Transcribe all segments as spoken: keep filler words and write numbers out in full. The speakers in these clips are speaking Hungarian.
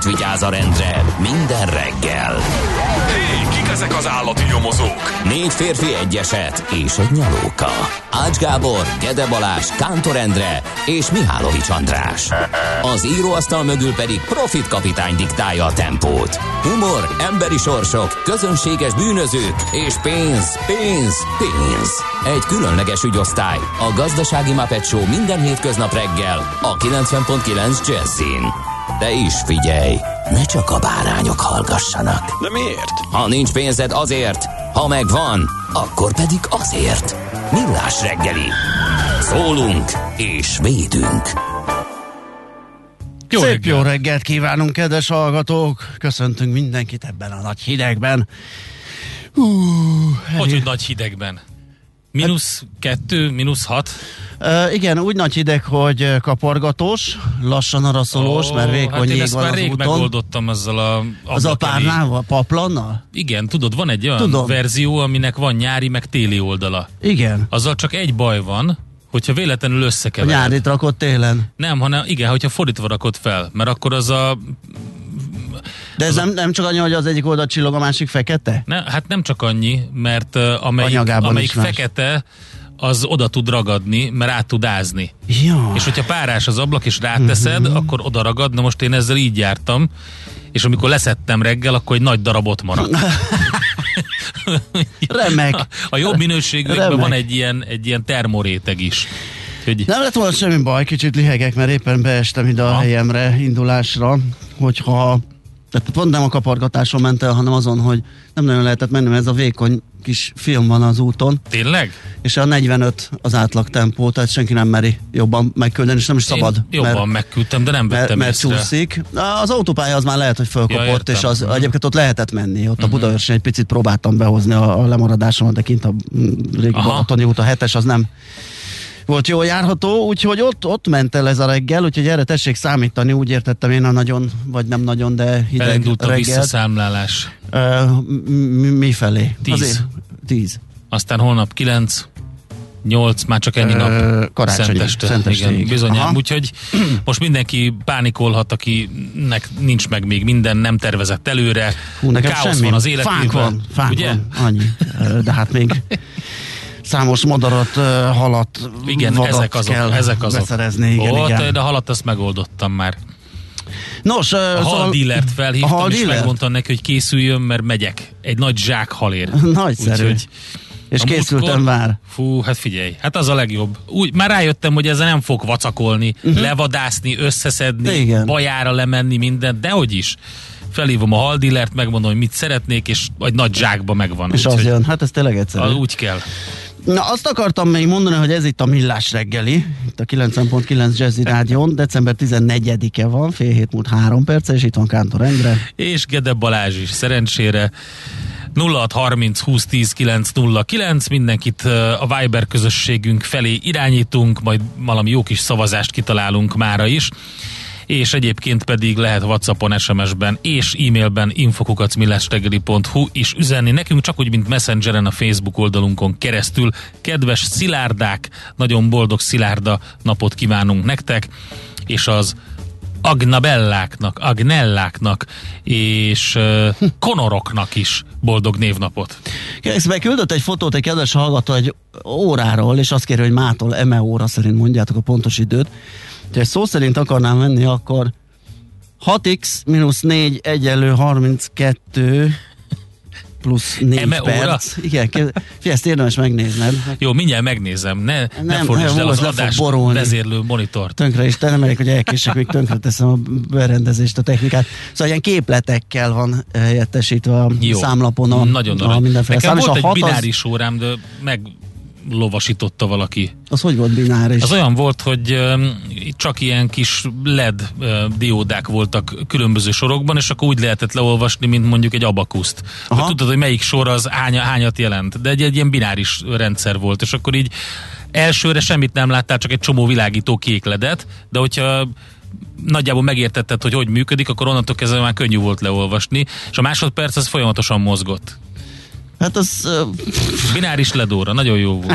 Vigyázz a rendre minden reggel. Hé, kik ezek az állati nyomozók? Négy férfi, egy eset és egy nyalóka. Ács Gábor, Gede Balázs, Kántor Endre és Mihálovics András. Az íróasztal mögül pedig Profit kapitány diktálja a tempót. Humor, emberi sorsok, közönséges bűnözők és pénz, pénz, pénz. Egy különleges ügyosztály, a Gazdasági Muppet Show minden hétköznap reggel a kilencven pont kilenc Jazzin. De is figyelj, ne csak a bárányok hallgassanak. De miért? Ha nincs pénzed, azért, ha megvan, akkor pedig azért. Millás reggeli. Szólunk és védünk. Jó Szép reggel. Jó reggelt kívánunk, kedves hallgatók! Köszöntünk mindenkit ebben a nagy hidegben. Uh, hogy, hogy nagy hidegben? Mínusz kettő, mínusz hat? Uh, igen, úgy nagy hideg, hogy kapargatós, lassan araszolós, oh, mert vékony hát jég van az úton. Én ezt már rég megoldottam azzal a az a párnával, paplannal? Igen, tudod, van egy olyan Tudom. verzió, aminek van nyári, meg téli oldala. Igen. Azzal csak egy baj van, hogyha véletlenül összekevered. A nyárit rakott télen? Nem, hanem igen, hogyha fordítva rakod fel, mert akkor az a... De ez nem, nem csak annyi, hogy az egyik oldal csillog, a másik fekete? Ne, hát nem csak annyi, mert uh, amelyik, amelyik fekete, az oda tud ragadni, mert át tud ázni. Ja. És hogyha párás az ablak, és ráteszed, uh-huh. akkor oda ragad. Na most én ezzel így jártam, és amikor leszettem reggel, akkor egy nagy darab ott maradt. Remek. A, a jobb minőségűekben van egy ilyen, egy ilyen termoréteg is. Hogy... Nem lett volna semmi baj, kicsit lihegek, mert éppen beestem ide a helyemre indulásra, hogyha tehát pont nem a kapargatáson ment el, hanem azon, hogy nem nagyon lehetett menni, mert ez a vékony kis film van az úton. Tényleg? És a negyvenöt az átlag tempó, tehát senki nem meri jobban megküldeni, és nem is szabad. Én jobban mert, megküldtem, de nem vettem mert, észre. Mert csúszik. Az autópálya az már lehet, hogy fölkapott, ja, és az, uh-huh. egyébként ott lehetett menni. Ott uh-huh. a Budaörsen egy picit próbáltam behozni a, a lemaradásomat, de kint a régi Balatoni út, a hetes, az nem volt jól járható, úgyhogy ott, ott ment el ez a reggel, úgyhogy erre tessék számítani, úgy értettem én a nagyon, vagy nem nagyon, de hideg Elindult a reggelt. visszaszámlálás. Uh, mi, mi felé? Tíz. Azért, tíz. Aztán holnap kilenc, nyolc, már csak ennyi uh, nap. Karácsonyi, Szenteste. Szenteste. Igen, bizonyán. Úgyhogy most mindenki pánikolhat, akinek nincs meg még minden, nem tervezett előre. Hú, káosz van az életében. Fánk van, fánk ugye? van, annyi. De hát még számos madarat, halat, igen, vadat ezek azok, kell ezek azok. beszerezni. Igen, Ó, igen. De a halat azt megoldottam már. Nos, a szóval haldílert felhívtam, hal és dealert? megmondtam neki, hogy készüljön, mert megyek. Egy nagy zsák halért. Nagyszerű. Úgy, és készültem már. Fú, hát figyelj, hát az a legjobb. Úgy, már rájöttem, hogy ezzel nem fog vacakolni, uh-huh. levadászni, összeszedni, igen. bajára lemenni, mindent, dehogy is. Felhívom a haldílert, megmondom, hogy mit szeretnék, és egy nagy zsákba megvan. És úgy, az jön, hát ez tényleg egyszerű. Az úgy kell. Na, azt akartam még mondani, hogy ez itt a Millás reggeli, itt a kilencven pont kilenc Jazzy Rádión, december tizennegyedike van, fél hét múlt három perce, és itt van Kántor Endre. És Gede Balázs is, szerencsére. nulla hat harminc húsz tíz kilenc nulla kilenc, mindenkit a Viber közösségünk felé irányítunk, majd valami jó kis szavazást kitalálunk mára is. És egyébként pedig lehet WhatsAppon, es em es-ben és e-mailben infokukac millásreggeli pont hu is üzenni nekünk, csak úgy, mint Messengeren a Facebook oldalunkon keresztül. Kedves szilárdák, nagyon boldog szilárda napot kívánunk nektek, és az Agnabelláknak, Agnelláknak és uh, Konoroknak is boldog névnapot. Készben küldött egy fotót egy kedves hallgató egy óráról, és azt kéri, hogy mától eme óra szerint mondjátok a pontos időt. Ha szó szerint akarnám menni, akkor hat x mínusz négy egyenlő harminckettő plusz négy eme perc. Óra? Igen, figyelj, ezt érdemes megnézned. Jó, mindjárt megnézem, ne, nem, ne fordítsd el az le adás vezérlő monitort. Tönkre is, te nem elég, hogy elkések, még tönkre teszem a berendezést, a technikát. Szóval ilyen képletekkel van helyettesítve a jó, számlapon a, nagyon a mindenféle szám. Nekem volt a egy bináris az... órám, de meg lovasította valaki. Az hogy volt bináris? Az olyan volt, hogy um, csak ilyen kis led uh, diódák voltak különböző sorokban, és akkor úgy lehetett leolvasni, mint mondjuk egy abakuszt. Tudod, hogy melyik sor az hány, hányat jelent, de egy, egy ilyen bináris rendszer volt, és akkor így elsőre semmit nem láttál, csak egy csomó világító kék ledet, de hogyha nagyjából megértetted, hogy hogy működik, akkor onnantól kezdve már könnyű volt leolvasni, és a másodperc az folyamatosan mozgott. Hát az... Uh... Bináris ledóra, nagyon jó volt.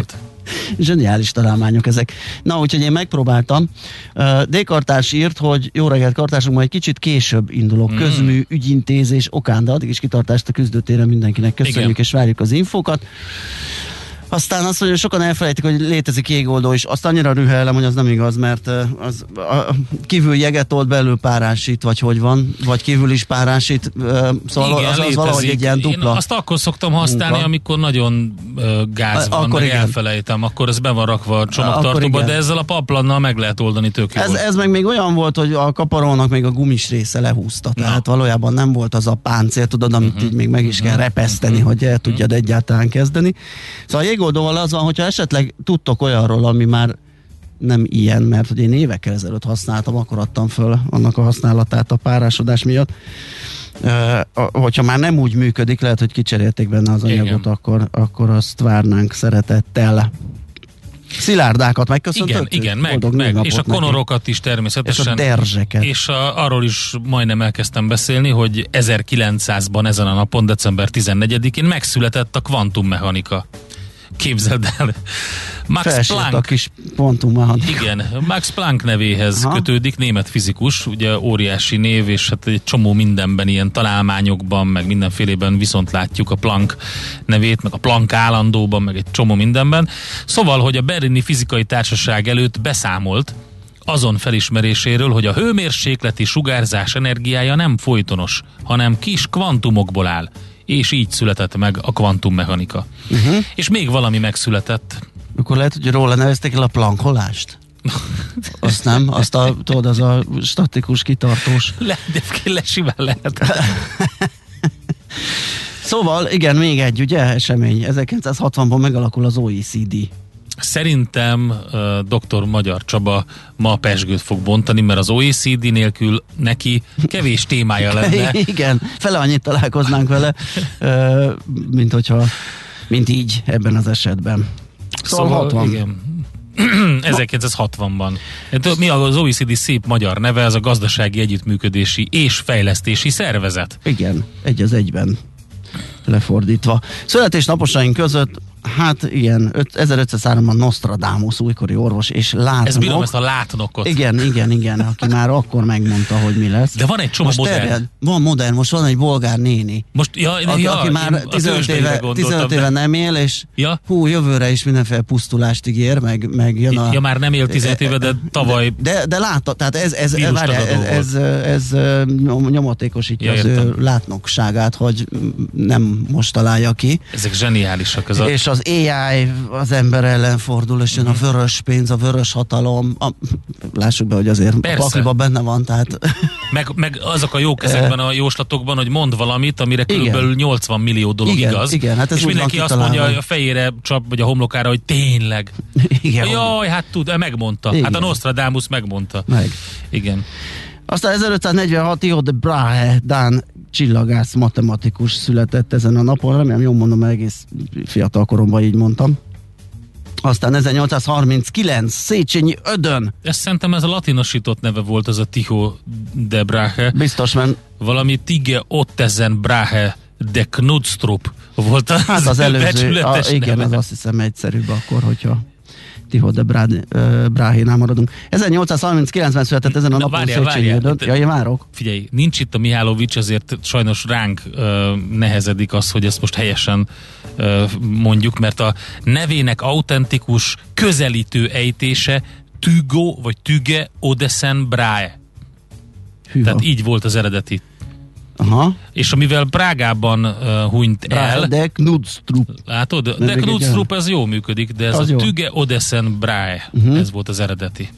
Zseniális találmányok ezek. Na, úgyhogy én megpróbáltam. D-kartás írt, hogy jó reggelt, kartásunk, majd egy kicsit később indulok. Mm. Közmű, ügyintézés okán, de addig is kitartást a küzdőtéren mindenkinek köszönjük, igen, és várjuk az infókat. Aztán azt mondja, hogy sokan elfelejtik, hogy létezik jégoldó is. Azt annyira rühellem, hogy az nem igaz, mert az a, kívül jeget old, belül párásít, vagy hogy van, vagy kívül is párásít. Szóval igen, az, az valahogy egy ilyen dupla. Én azt akkor szoktam használni, munka, amikor nagyon uh, gáz a, van, akkor meg igen, elfelejtem, akkor ez be van rakva a csomagtartóba, de ezzel a paplannal meg lehet oldani tök jól. Ez, ez meg még olyan volt, hogy a kaparónak még a gumis része lehúzta, na, tehát valójában nem volt az a páncél, tudod, amit uh-huh. így még meg is uh-huh. kell repeszteni, uh-huh. hogy el tudjad uh-huh. egyáltalán kezdeni. Szóval a jégoldóval az van, hogyha esetleg tudtok olyanról, ami már nem ilyen, mert hogy én évekkel ezelőtt használtam, akkor adtam föl annak a használatát a párásodás miatt. Uh, hogyha már nem úgy működik, lehet, hogy kicserélték benne az anyagot, akkor, akkor azt várnánk szeretettel. Szilárdákat megköszöntöttük? Igen, igen, meg, meg. és a konorokat neki is természetesen. És a derzseket. És a, arról is majdnem elkezdtem beszélni, hogy ezerkilencszázban ezen a napon, december tizennegyedikén megszületett a kvantummechanika. Képzeld el. Max Felsült Planck. A kis kvantummechanika. Igen, Max Planck nevéhez aha. kötődik, német fizikus, ugye óriási név, és hát egy csomó mindenben, ilyen találmányokban, meg mindenfélében viszont látjuk a Planck nevét, meg a Planck állandóban, meg egy csomó mindenben. Szóval, hogy a Berlini Fizikai Társaság előtt beszámolt azon felismeréséről, hogy a hőmérsékleti sugárzás energiája nem folytonos, hanem kis kvantumokból áll, és így született meg a kvantummechanika. Uh-huh. És még valami megszületett. Akkor lehet, hogy róla nevezték el a plankholást? Azt nem? Azt a, tudod, az a statikus kitartós. Lehet, de le simán lehet. Szóval, igen, még egy, ugye, esemény. ezerkilencszázhatvanban megalakul az o e cé dé. Szerintem uh, doktor Magyar Csaba ma pezsgőt fog bontani, mert az o e cé dé nélkül neki kevés témája lenne. Igen, fele annyit találkoznánk vele, uh, mint hogyha, mint így ebben az esetben. Szóval, szóval hatvan. Igen. ezerkilencszázhatvanban. Mi az o e cé dé szép magyar neve, ez a Gazdasági Együttműködési és Fejlesztési Szervezet. Igen, egy az egyben lefordítva. Születésnaposaink között, hát igen, ezerötszázháromban Nostradamus, újkori orvos és látnok. Ez bírom ezt a látnokot. Igen, igen, igen, aki már akkor megmondta, hogy mi lesz. De van egy csomó most modern. Terjed, van modern, most van egy bolgár néni. Most, ja, aki, ja, aki már tizenöt éve, tizenöt éve nem él, és ja? hú, jövőre is mindenféle pusztulást ígér, meg, meg jön a... Ja, már nem él tizenöt éve, de tavaly... De, de, de látta, tehát ez, ez, várjál, ez, ez, ez, ez nyomatékosítja ja, az ő látnokságát, hogy nem most találja ki. Ezek zseniálisak. Ez a... És az á i az ember ellen fordul, és jön a vörös pénz, a vörös hatalom. A, lássuk be, hogy azért persze. A pakliban benne van, tehát... Meg, meg azok a jók ezekben a jóslatokban, hogy mond valamit, amire körülbelül nyolcvan millió dolog igen, igaz. Igen, hát és mindenki azt mondja a fejére csap, vagy a homlokára, hogy tényleg. Igen. Jaj, hát tud, megmondta. Igen. Hát a Nostradamus megmondta. Meg. Igen. Aztán ezerötszáznegyvenhat Tycho de Brahe, dán csillagász matematikus született ezen a napon, remélem jól mondom, egész fiatal koromban így mondtam. Aztán ezernyolcszázharminckilenc Széchenyi Ödön. Ezt szerintem ez a latinosított neve volt, az a Tycho de Brahe. Biztos, mert... Valami Tige Ottesen Brahe de Knudstrup volt az, hát az előző, a, igen, neve. Az azt hiszem egyszerűbb akkor, hogyha Tycho de Brahe-nál maradunk. ezernyolcszázharminckilencben született ezen a Na, napon Széchenyi Ödön. Ja, én várok. Figyelj, nincs itt a Mihálovics, ezért sajnos ránk uh, nehezedik az, hogy ezt most helyesen uh, mondjuk, mert a nevének autentikus, közelítő ejtése Tycho vagy Tüge Ottesen Brahe. Hűha. Tehát így volt az eredeti. Aha. És amivel Prágában uh, hunyt el... De Knudstrup. Látod? De Knudstrup ez jó működik, de ez az a jó. Tüge Ottesen Brahe. Uh-huh. Ez volt az eredeti.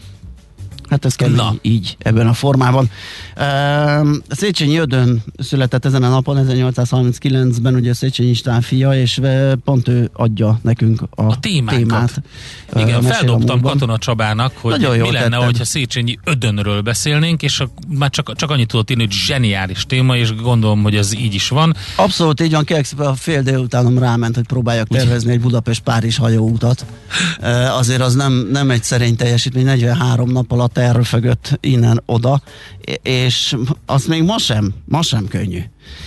Hát ez kell így, ebben a formában. Uh, Széchenyi Ödön született ezen a napon, ezernyolcszázharminckilencben, ugye Széchenyi István fia, és pont ő adja nekünk a, a témát. Igen, uh, feldobtam Katona Csabának, hogy jó, mi lenne, hogyha Széchenyi Ödönről beszélnénk, és a, már csak, csak annyit tudott írni, hogy zseniális téma, és gondolom, hogy ez így is van. Abszolút így van, kérlek a fél délutánom ráment, hogy próbáljak tervezni egy Budapest-Párizs hajóutat. Uh, azért az nem, nem egy szerény teljesítmény, negyvenhárom nap alatt elröfögött innen oda, és az még ma sem, ma sem könnyű.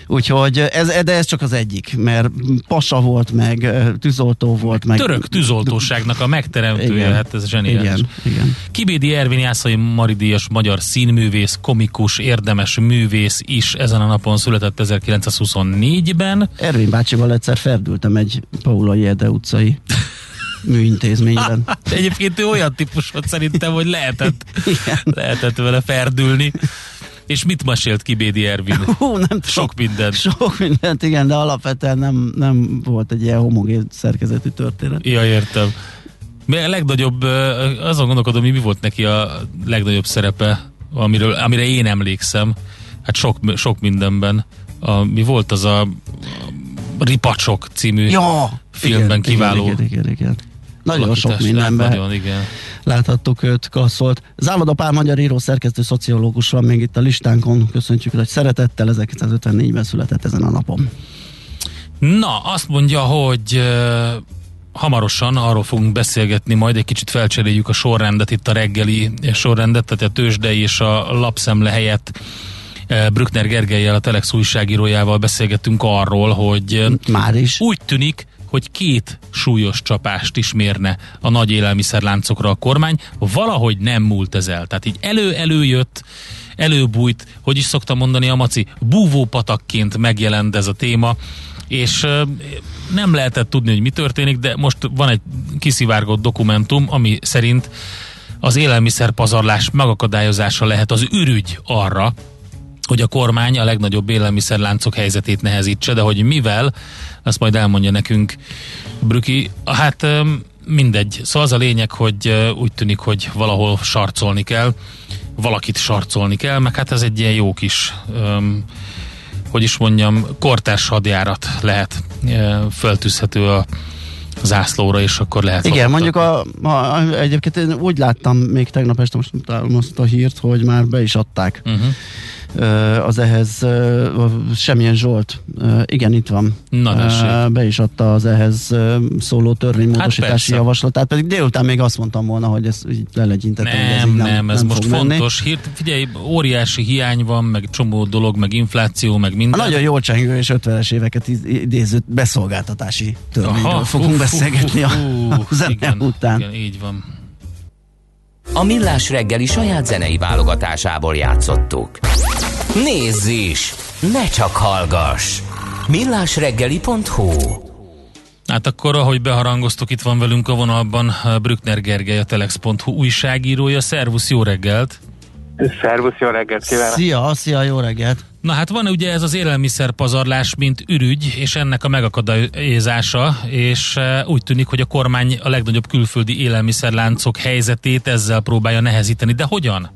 Úgyhogy ez, de ez csak az egyik, mert pasa volt, meg tűzoltó volt, meg... Török tűzoltóságnak a megteremtője, igen, hát ez zseniális. Igen, igen. Kibédi Ervin Jászai Mari-díjas magyar színművész, komikus, érdemes művész is ezen a napon született ezerkilencszázhuszonnégyben. Ervin bácsival egyszer ferdültem egy Paulai Ede utcai műintézményben. Egyébként ő olyan típus volt szerintem, hogy lehetett, lehetett vele ferdülni. És mit mesélt Kibédi Ervin? Hú, nem sok mindent. Sok mindent, igen, de alapvetően nem, nem volt egy ilyen homogén szerkezetű történet. Ja, értem. A legnagyobb, azon gondolkodom, mi volt neki a legnagyobb szerepe, amiről, amire én emlékszem. Hát sok, sok mindenben. A, mi volt az a, a Ripacsok című ja, filmben igen, kiváló. Igen, igen, igen, igen. Nagyon sok mindenben nagyon, igen. Láthattuk őt, klasszolt. Záloda Pál magyar író, szerkesztő, szociológus van még itt a listánkon. Köszöntjük, hogy szeretettel ezerkilencszázötvennégyben született ezen a napon. Na, azt mondja, hogy uh, hamarosan arról fogunk beszélgetni, majd egy kicsit felcseréljük a sorrendet, itt a reggeli sorrendet, tehát a tőzsdei és a lapszemle helyett uh, Brückner Gergellyel, a Telex újságírójával beszélgettünk arról, hogy uh, már is úgy tűnik, hogy két súlyos csapást is mérne a nagy élelmiszerláncokra a kormány, valahogy nem múlt ez el. Tehát így elő-elő jött, előbújt, hogy is szoktam mondani a Maci, búvópatakként megjelent ez a téma, és nem lehetett tudni, hogy mi történik, de most van egy kiszivárgott dokumentum, ami szerint az élelmiszerpazarlás megakadályozása lehet az ürügy arra, hogy a kormány a legnagyobb élelmiszerláncok helyzetét nehezítse, de hogy mivel, azt majd elmondja nekünk Brüki. Hát mindegy. Szóval az a lényeg, hogy úgy tűnik, hogy valahol sarcolni kell, valakit sarcolni kell, meg hát ez egy ilyen jó kis, hogy is mondjam, kortárs hadjárat lehet, föltűzhető a zászlóra, és akkor lehet. Igen, mondjuk a, a, egyébként én úgy láttam még tegnap este, most találom azt a hírt, hogy már be is adták uh-huh. az ehhez Semmilyen Zsolt, igen, itt van. Na, be is adta az ehhez szóló törvénymódosítási hát javaslatát, pedig délután még azt mondtam volna, hogy ez így lelegyintettem. Nem, ez, nem, nem, ez nem most fontos menni. Hírt, figyelj, óriási hiány van, meg csomó dolog, meg infláció, meg minden. A nagyon jól csengő és ötvenes éveket idéző beszolgáltatási törvényről Aha, fogunk uh, beszélgetni uh, uh, uh, a zene igen, után. Igen, így van. A Millás reggeli saját zenei válogatásából játszottuk. Nézz is! Ne csak hallgass! millásreggeli pont hu. Hát akkor, ahogy beharangoztuk, itt van velünk a vonalban Brückner Gergely, a telex pont hu újságírója. Szervusz, jó reggelt! Szervusz, jó reggelt kívánok! Szia, szia, jó reggelt! Na hát van ugye ez az élelmiszerpazarlás, mint ürügy, és ennek a megakadályozása, és úgy tűnik, hogy a kormány a legnagyobb külföldi élelmiszerláncok helyzetét ezzel próbálja nehezíteni. De hogyan?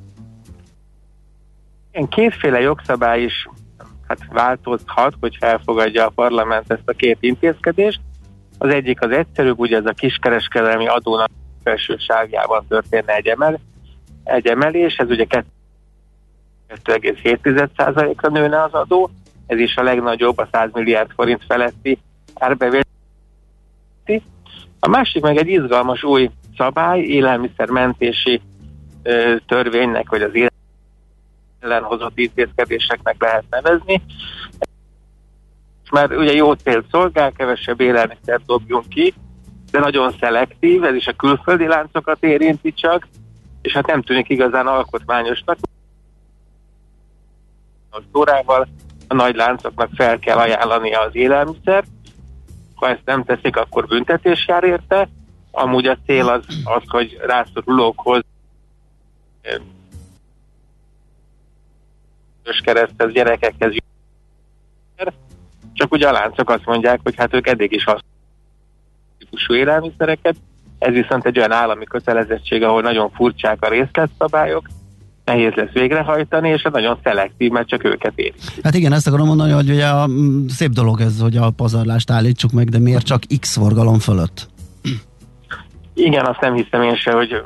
Igen, kétféle jogszabály is hát változhat, hogy elfogadja a parlament ezt a két intézkedést. Az egyik az egyszerűbb, ugye ez a kiskereskedelmi adónak felső sávjában történne egy, emel, egy emelés, ez ugye kettő egész hét százalékra nőne az adó, ez is a legnagyobb, a száz milliárd forint feletti árbevételi. A másik meg egy izgalmas új szabály, élelmiszermentési ö, törvénynek, vagy az ellenhozott intézkedéseknek lehet nevezni. Mert ugye jó célt szolgál, kevesebb élelmiszert dobjunk ki, de nagyon szelektív, ez is a külföldi láncokat érinti csak, és hát nem tűnik igazán alkotmányosnak. Órával a nagy láncoknak fel kell ajánlania az élelmiszert, ha ezt nem teszik, akkor büntetés jár érte. Amúgy a cél az, az hogy rászorulókhoz kereszthez, gyerekekhez csak ugye a láncok azt mondják, hogy hát ők eddig is használják típusú élelmiszereket, ez viszont egy olyan állami kötelezettség, ahol nagyon furcsák a részletszabályok, nehéz lesz végrehajtani, és nagyon szelektív, mert csak őket éri. Hát igen, ezt akarom mondani, hogy ugye a szép dolog ez, hogy a pazarlást állítsuk meg, de miért csak X forgalom fölött? Igen, azt nem hiszem én se, hogy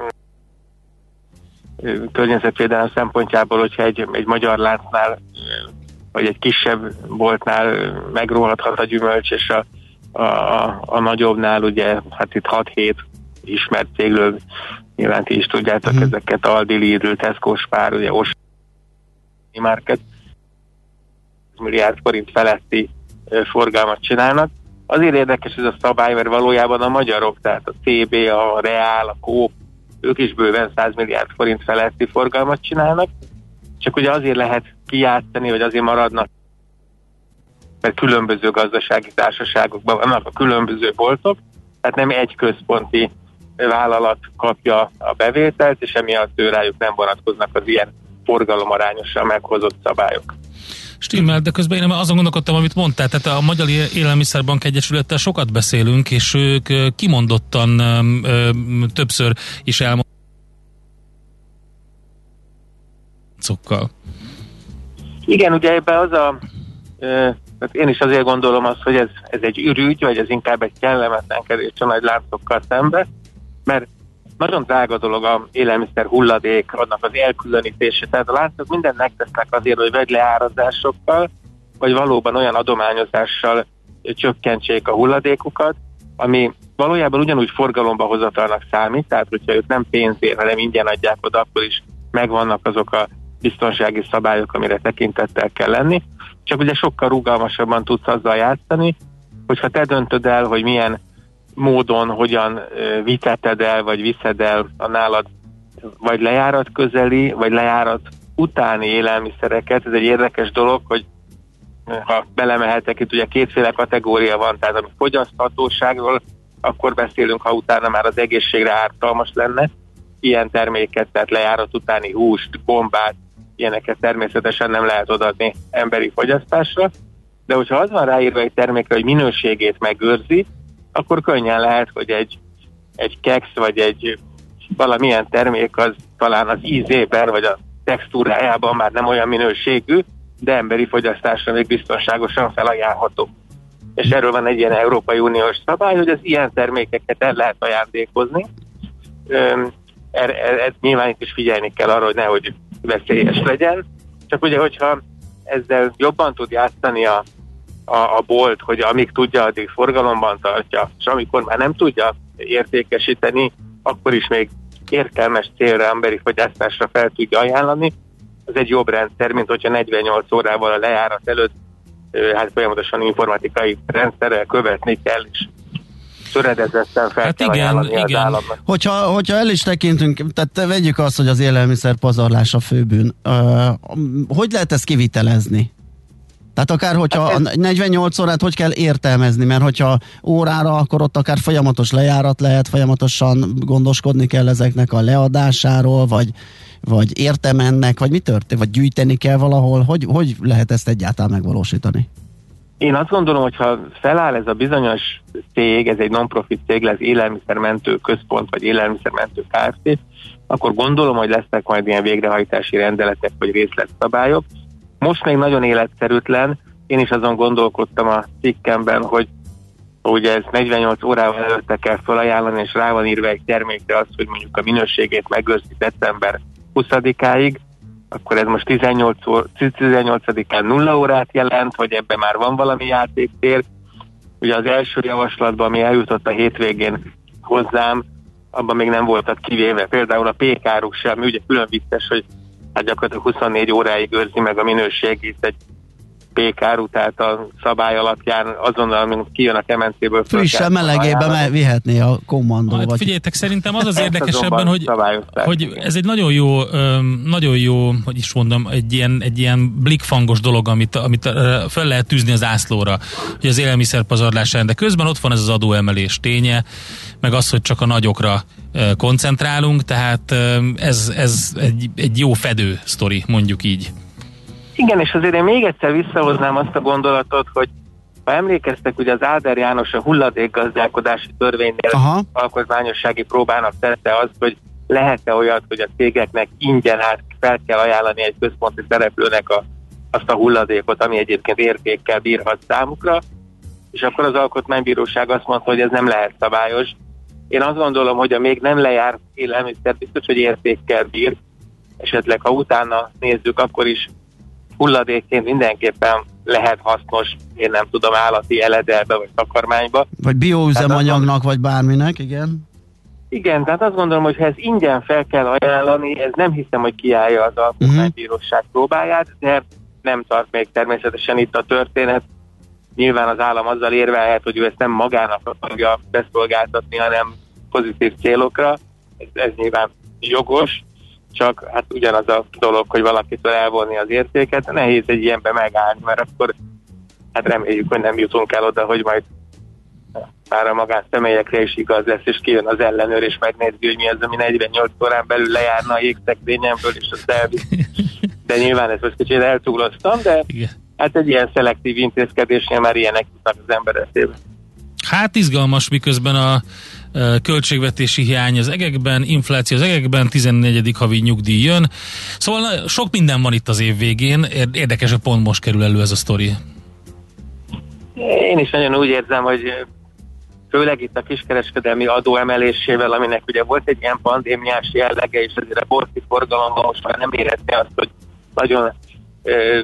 környezetvédelem szempontjából, hogyha egy, egy magyar láncnál, vagy egy kisebb boltnál megróhathat a gyümölcs, és a, a, a nagyobbnál ugye, hát itt hat-hét ismert cégről, nyilván ti is tudjátok hmm. ezeket, Aldi, Lidl, Tesco, Spár, ugye Os Market. milliárd forint feletti forgalmat csinálnak. Azért érdekes ez a szabály, mert valójában a magyarok, tehát a cé bé, a Reál, a Coop, ők is bőven száz milliárd forint feletti forgalmat csinálnak, csak ugye azért lehet kijátszani, vagy azért maradnak, mert különböző gazdasági társaságokban vannak a különböző boltok, tehát nem egy központi vállalat kapja a bevételt, és emiatt ő rájuk nem vonatkoznak az ilyen forgalomarányosan meghozott szabályok. Stimmel, de közben én azon gondolkodtam, amit mondtál, tehát a Magyar Élelmiszerbank Egyesülettel sokat beszélünk, és ők kimondottan ö, többször is elmondják szokkal. Igen, ugye ebben az a ö, hát én is azért gondolom azt, hogy ez, ez egy ürügy, vagy ez inkább egy kellemetlenkedés a nagy láncokkal szembe, mert nagyon drága dolog a élelmiszer hulladék, annak az elkülönítése. Tehát a láncok mindent megtesznek azért, hogy vagy leárazásokkal, vagy valóban olyan adományozással csökkentsék a hulladékukat, ami valójában ugyanúgy forgalomba hozatalnak számít, tehát hogyha ők nem pénzért, hanem ingyen adják oda, akkor is megvannak azok a biztonsági szabályok, amire tekintettel kell lenni. Csak ugye sokkal rugalmasabban tudsz azzal játszani, hogyha te döntöd el, hogy milyen módon, hogyan viteted el, vagy viszed el a nálad vagy lejárat közeli, vagy lejárat utáni élelmiszereket. Ez egy érdekes dolog, hogy ha belemehetek, itt ugye kétféle kategória van, tehát ami fogyaszthatóságról, akkor beszélünk, ha utána már az egészségre ártalmas lenne. Ilyen terméket, tehát lejárat utáni húst, gombát, ilyeneket természetesen nem lehet odaadni emberi fogyasztásra, de hogyha az van ráírva egy termékre, hogy minőségét megőrzi, akkor könnyen lehet, hogy egy, egy keksz, vagy egy valamilyen termék az talán az ízében, vagy a textúrájában már nem olyan minőségű, de emberi fogyasztásra még biztonságosan felajánlható. És erről van egy ilyen Európai Uniós szabály, hogy az ilyen termékeket el lehet ajándékozni. Ez er, nyilván itt is figyelni kell arra, hogy nehogy veszélyes legyen. Csak ugye, hogyha ezzel jobban tud játszani a A, a bolt, hogy amíg tudja, addig forgalomban tartja, és amikor már nem tudja értékesíteni, akkor is még értelmes célra, emberi fogyasztásra fel tudja ajánlani. Ez egy jobb rendszer, mint hogyha negyvennyolc órával a lejárat előtt hát folyamatosan informatikai rendszerrel követni kell, és töredezetten fel hát kell igen, ajánlani igen. az államnak. Hogyha, hogyha el is tekintünk, tehát vegyük azt, hogy az élelmiszer pazarlás a főbűn. Uh, hogy lehet ezt kivitelezni? Tehát akár, hogyha a negyvennyolc órát hogy kell értelmezni, mert hogyha órára, akkor ott akár folyamatos lejárat lehet, folyamatosan gondoskodni kell ezeknek a leadásáról, vagy, vagy értemennek, vagy mi történik, vagy gyűjteni kell valahol, hogy, hogy lehet ezt egyáltalán megvalósítani? Én azt gondolom, hogyha feláll ez a bizonyos cég, ez egy non-profit cég lesz, élelmiszermentő központ, vagy élelmiszermentő Kft., akkor gondolom, hogy lesznek majd ilyen végrehajtási rendeletek, vagy részletszabályok. Most még nagyon életszerűtlen, én is azon gondolkodtam a cikkemben, hogy ugye ez negyvennyolc órával előtte kell felajánlani, és rá van írva egy termékre az, hogy mondjuk a minőségét megőrzi december huszadikáig, akkor ez most tizennyolcadikán nulla órát jelent, vagy ebben már van valami játéktér. Ugye az első javaslatban, ami eljutott a hétvégén hozzám, abban még nem voltak kivéve. Például a pékáruk sem, ugye külön vicces, hogy hát gyakorlatilag huszonnégy óráig őrzi meg a minőségét egy pékáru, tehát a szabály alapján azonnal, mint kijön a kemencéből... Frissen melegébe vihetné a kommandó. Hát vagy... Figyeljetek, szerintem az az érdekesebben, hogy, hogy ez egy nagyon jó, nagyon jó, hogy is mondom, egy ilyen, egy ilyen blikfangos dolog, amit, amit fel lehet tűzni az ászlóra, hogy az élelmiszerpazarlás ellen, de közben ott van ez az adóemelés ténye, meg az, hogy csak a nagyokra koncentrálunk, tehát ez, ez egy, egy jó fedő sztori, mondjuk így. Igen, és azért én még egyszer visszahoznám azt a gondolatot, hogy ha emlékeztek, ugye az Áder János a hulladékgazdálkodási törvénynél Aha. alkotmányossági próbának tette azt, hogy lehet-e olyat, hogy a cégeknek ingyen át fel kell ajánlani egy központi szereplőnek a, azt a hulladékot, ami egyébként értékkel bírhat számukra, és akkor az alkotmánybíróság azt mondta, hogy ez nem lehet szabályos. Én azt gondolom, hogy a még nem lejárt élelmiszer biztos, hogy értékkel bír, esetleg ha utána nézzük, akkor is hulladékként mindenképpen lehet hasznos, én nem tudom, állati eledelbe vagy takarmányba. Vagy bioüzemanyagnak, vagy bárminek, igen. Igen, tehát azt gondolom, hogy ha ez ingyen fel kell ajánlani, ez nem hiszem, hogy kiállja az alkotmánybíróság próbáját, de nem tart még természetesen itt a történet. Nyilván az állam azzal érvelhet, hogy ő ezt nem magának akarja beszolgáltatni, hanem pozitív célokra. Ez, ez nyilván jogos, csak hát ugyanaz a dolog, hogy valakitől elvonni az értéket. Nehéz egy ilyenbe megállni, mert akkor hát reméljük, hogy nem jutunk el oda, hogy majd már a magánszemélyekre is igaz lesz, és kijön az ellenőr, és megnézi, hogy mi az, ami negyvennyolc órán belül lejárna a jégszekrényemből, és azt elvisz. De nyilván ezt most kicsit eltúloztam, de igen. Hát egy ilyen szelektív intézkedésnél már ilyenek jutnak az ember eszébe. Hát izgalmas, miközben a költségvetési hiány az egekben, infláció az egekben, tizennegyedik havi nyugdíj jön. Szóval sok minden van itt az év végén. Érdekes, hogy pont most kerül elő ez a sztori. Én is nagyon úgy érzem, hogy főleg itt a kiskereskedelmi adó emelésével, aminek ugye volt egy ilyen pandémiás jellege, és azért a bolti forgalomban most már nem érezni azt, hogy nagyon ö,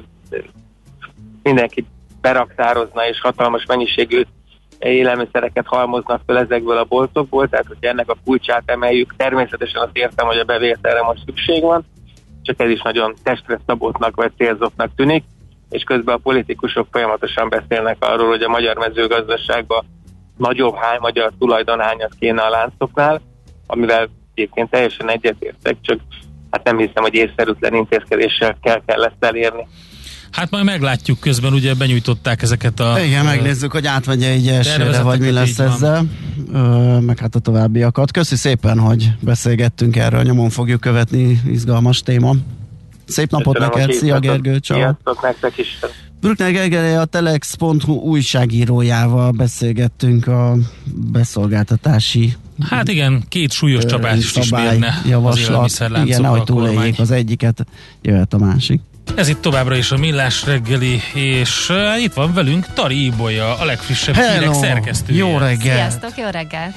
mindenki beraktározna, és hatalmas mennyiségű élelmiszereket halmoznak fel ezekből a boltokból, tehát hogy ennek a kulcsát emeljük, természetesen azt értem, hogy a bevételre most szükség van, csak ez is nagyon testre szabottnak vagy célzottnak tűnik, és közben a politikusok folyamatosan beszélnek arról, hogy a magyar mezőgazdaságban nagyobb hány magyar tulajdonhányat kéne a láncoknál, amivel egyébként teljesen egyetértek, csak hát nem hiszem, hogy észszerűtlen intézkedéssel kell, kell ezt elérni. Hát majd meglátjuk, közben ugye benyújtották ezeket a... Igen, megnézzük, hogy átvegye így elsőre, vagy mi lesz ezzel, Ö, meg hát a továbbiakat. Köszi szépen, hogy beszélgettünk erről, nyomon fogjuk követni, izgalmas téma. Szép napot Köszönöm neked, szia Gergő, ciao. Sziasztok nektek is. Brückner Gergely, a telex pont hu újságírójával beszélgettünk a beszolgáltatási Hát igen, két súlyos csapást is mérne az élelmiszerláncok. Igen, ahogy túléljék az egyiket, jöhet a másik. Ez itt továbbra is a Millás reggeli, és uh, itt van velünk Tari Ibolya, a legfrissebb hírek szerkesztője. Jó reggel! Sziasztok, jó reggel!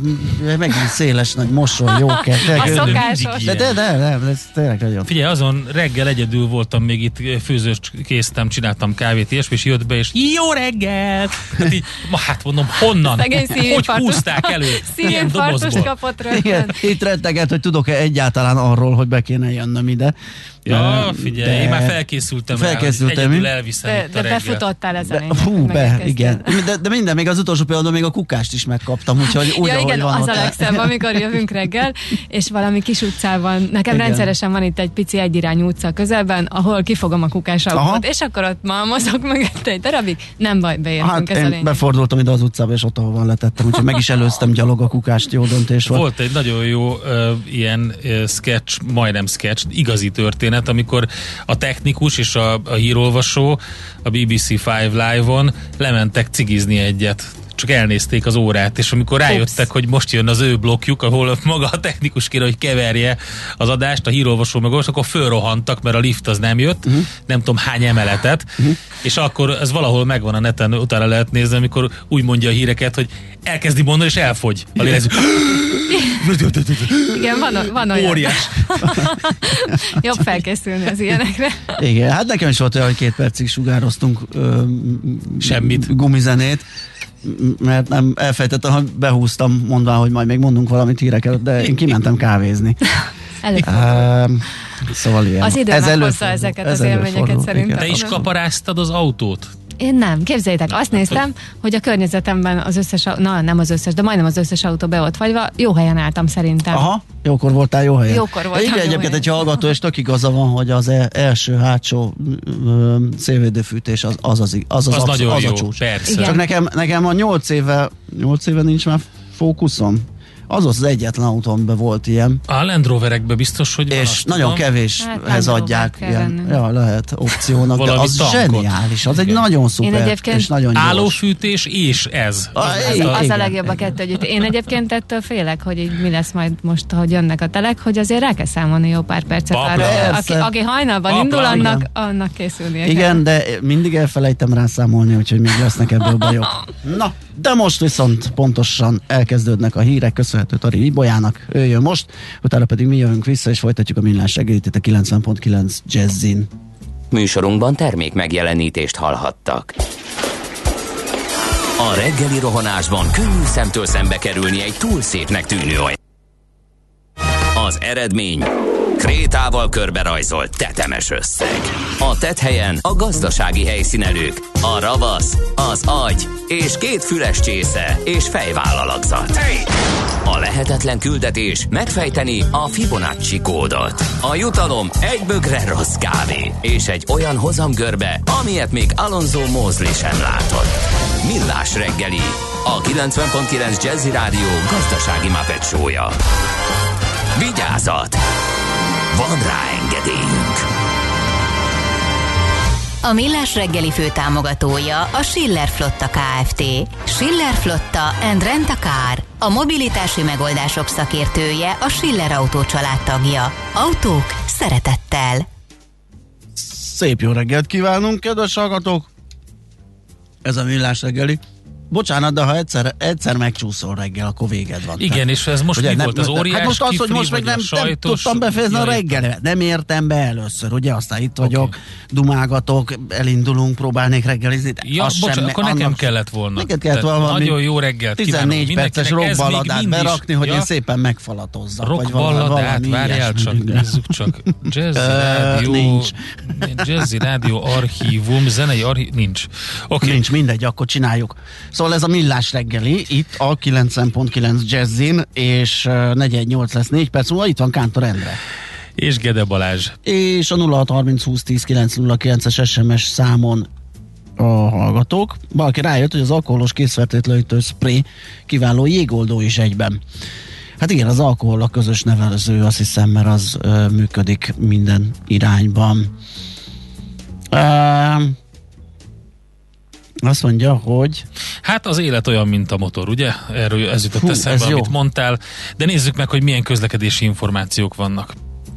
Megint széles nagy mosoly, jó kell. A szokásos. De, de, de, de, ez tényleg nagyon. Figyelj, azon reggel egyedül voltam, még itt főzőst késztem, csináltam kávét, ilyesmi, és jött be, és jó reggel! Hát így, hát mondom, honnan? Hogy húzták elő? Szívinfarktust kapott rögtön. Itt retteget, hogy tudok-e egyáltalán arról, hogy be kéne jönnöm ide. Ja, figyelj, de én már felkészültem, felkészültem rá, egyedül elviszem de, itt a de befutottál ezen. De, hú, be, igen. De, de minden, még az utolsó pillanatban még a kukást is megkaptam, úgyhogy úgy, ja, ahogy igen, van az a legszebb, amikor jövünk reggel, és valami kis utcában, nekem igen. rendszeresen van itt egy pici egyirányú utca közelben, ahol kifogom a kukás autót, és akkor ott malmozok mögött egy darabig, nem baj, beértünk, hát ez én a lényeg. Befordultam ide az utcába, és ott, ahol van letettem, úgyhogy meg is előztem gyalog a kukást, jó döntés volt. Volt egy nagyon jó uh, ilyen uh, sketch, majdnem sketch, igazi történet, amikor a technikus és a, a hírolvasó a bé bé cé Five Live-on lementek cigizni egyet. Csak elnézték az órát, és amikor rájöttek, Ups. hogy most jön az ő blokkjuk, ahol maga a technikus kéne, hogy keverje az adást, a hírolvasó meg most, akkor fölrohantak, mert a lift az nem jött, uh-huh. nem tudom hány emeletet, uh-huh. és akkor ez valahol megvan a neten, utána lehet nézni, amikor úgy mondja a híreket, hogy elkezdi mondani, és elfogy a lélegző. Igen, van, van olyan. Óriás. Jobb felkészülni az ilyenekre. Igen, hát nekem is volt olyan, hogy két percig sugároztunk ö, semmit. Gumizenét, mert nem elfejtettem, hogy behúztam, mondván, hogy majd még mondunk valamit hírek előtt, de én kimentem kávézni. Előfordul. Uh, szóval ilyen. Az idő meghozza ezeket az élményeket szerintem. Te is kaparáztad az autót? Én nem. Képzeljétek, azt néztem, hogy a környezetemben az összes, na nem az összes, de majdnem az összes autó be volt fagyva, jó helyen álltam szerintem. Aha, jókor voltál jó helyen. Jókor voltam. Igen, egyébként egy hallgató, és tök igaza van, hogy az első hátsó szélvédőfűtés az az, az, az, az, az, az, az jó, a csúcs. Persze. Csak nekem, nekem a nyolc éve, nyolc éve nincs már fókuszom. Az az egyetlen autómban volt ilyen. A Land Roverekben biztos, hogy van. És nagyon kevéshez hát adják. Ilyen, ja, lehet opciónak, de az tankot. Zseniális. Az igen. Egy nagyon szuper és nagyon gyors. Állófűtés és ez. A, az, az, az a legjobb a kettő együtt. Én egyébként ettől félek, hogy így mi lesz majd most, hogy jönnek a telek, hogy azért rá kell számolni jó pár percet arra. Aki, aki hajnalban Papla, indul, annak, annak készülnie igen, kell. De mindig elfelejtem rá számolni, úgyhogy még lesznek ebből bajok. Na, de most viszont pontosan elkezdődnek a hírek, köszönhető Tari Ibolyának, ő jön most, utána pedig mi jövünk vissza, és folytatjuk a Millás reggelit itt a kilencven pont kilenc Jazzin. Műsorunkban termék megjelenítést hallhattak. A reggeli rohanásban könnyű szemtől szembe kerülni egy túl szépnek tűnő olyan. Az eredmény krétával körberajzolt tetemes összeg. A tetthelyen a gazdasági helyszínelők, a ravasz, az agy és két füles csésze és fejvállalakzat. A lehetetlen küldetés megfejteni a Fibonacci kódot. A jutalom egy bögre rossz kávé és egy olyan hozamgörbe, amilyet még Alonso Mosley sem látott. Millás reggeli, a kilencven pont kilenc Jazzy Rádió gazdasági Muppet show-ja. Vigyázat! Van rá engedélyünk! A Millás reggeli főtámogatója a Schiller Flotta Kft. Schiller Flotta and Rent a Car. A mobilitási megoldások szakértője, a Schiller Autó család tagja. Autók szeretettel. Szép jó reggelt kívánunk, kedves hallgatók! Ez a Millás reggeli. Bocsánat, de ha egyszer, egyszer megcsúszol reggel, akkor véged van. Igen, és ez most ugye, mi nem, volt az óriás hát most az, hogy most meg nem, nem tudtam befejezni a reggel. Nem értem be először, ugye, aztán itt vagyok, okay. Dumálgatok, elindulunk, próbálnék reggelizni. Ja, bocs, sem, akkor nekem annak, kellett volna. Neked kellett volna nagyon jó reggelt tizennégy perces rockballadát berakni, hogy ja? én szépen megfalatozzak. Rockballadát, várjál csak, nézzük csak. Jazzy Rádió, Jazzy Rádió archívum, zenei archívum, nincs. Okay. Nincs, mindegy, akkor csináljuk. Szóval ez a Millás reggeli, itt a kilencven pont kilenc Jazzin, és negyvennyolc lesz négy perc múlva, itt van Kántor Endre. És Gede Balázs. És a nulla hat harminc húsz tíz kilenc nulla kilences es em es számon a hallgatók. Valaki rájött, hogy az alkoholos készfertőtlenítő spray kiváló jégoldó is egyben. Hát igen, az alkohol a közös nevelező, azt hiszem, mert az ö, működik minden irányban. Ehm... Azt mondja, hogy... Hát az élet olyan, mint a motor, ugye? Erről ez jutott eszembe, amit mondtál. De nézzük meg, hogy milyen közlekedési információk vannak.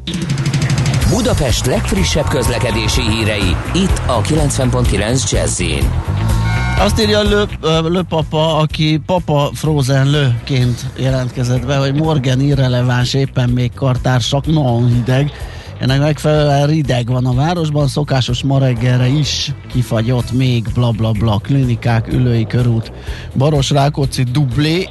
Budapest legfrissebb közlekedési hírei, itt a kilencven pont kilenc Jazzin. Azt írja Lő, Lő papa, aki papa Frozen Lőként jelentkezett be, hogy Morgan irreleváns, éppen még kartársak, nagyon hideg. Ennek megfelelően rideg van a városban, szokásos ma reggelre is kifagyott még bla bla bla, klinikák, Ülői körút, Baros Rákóczi dublé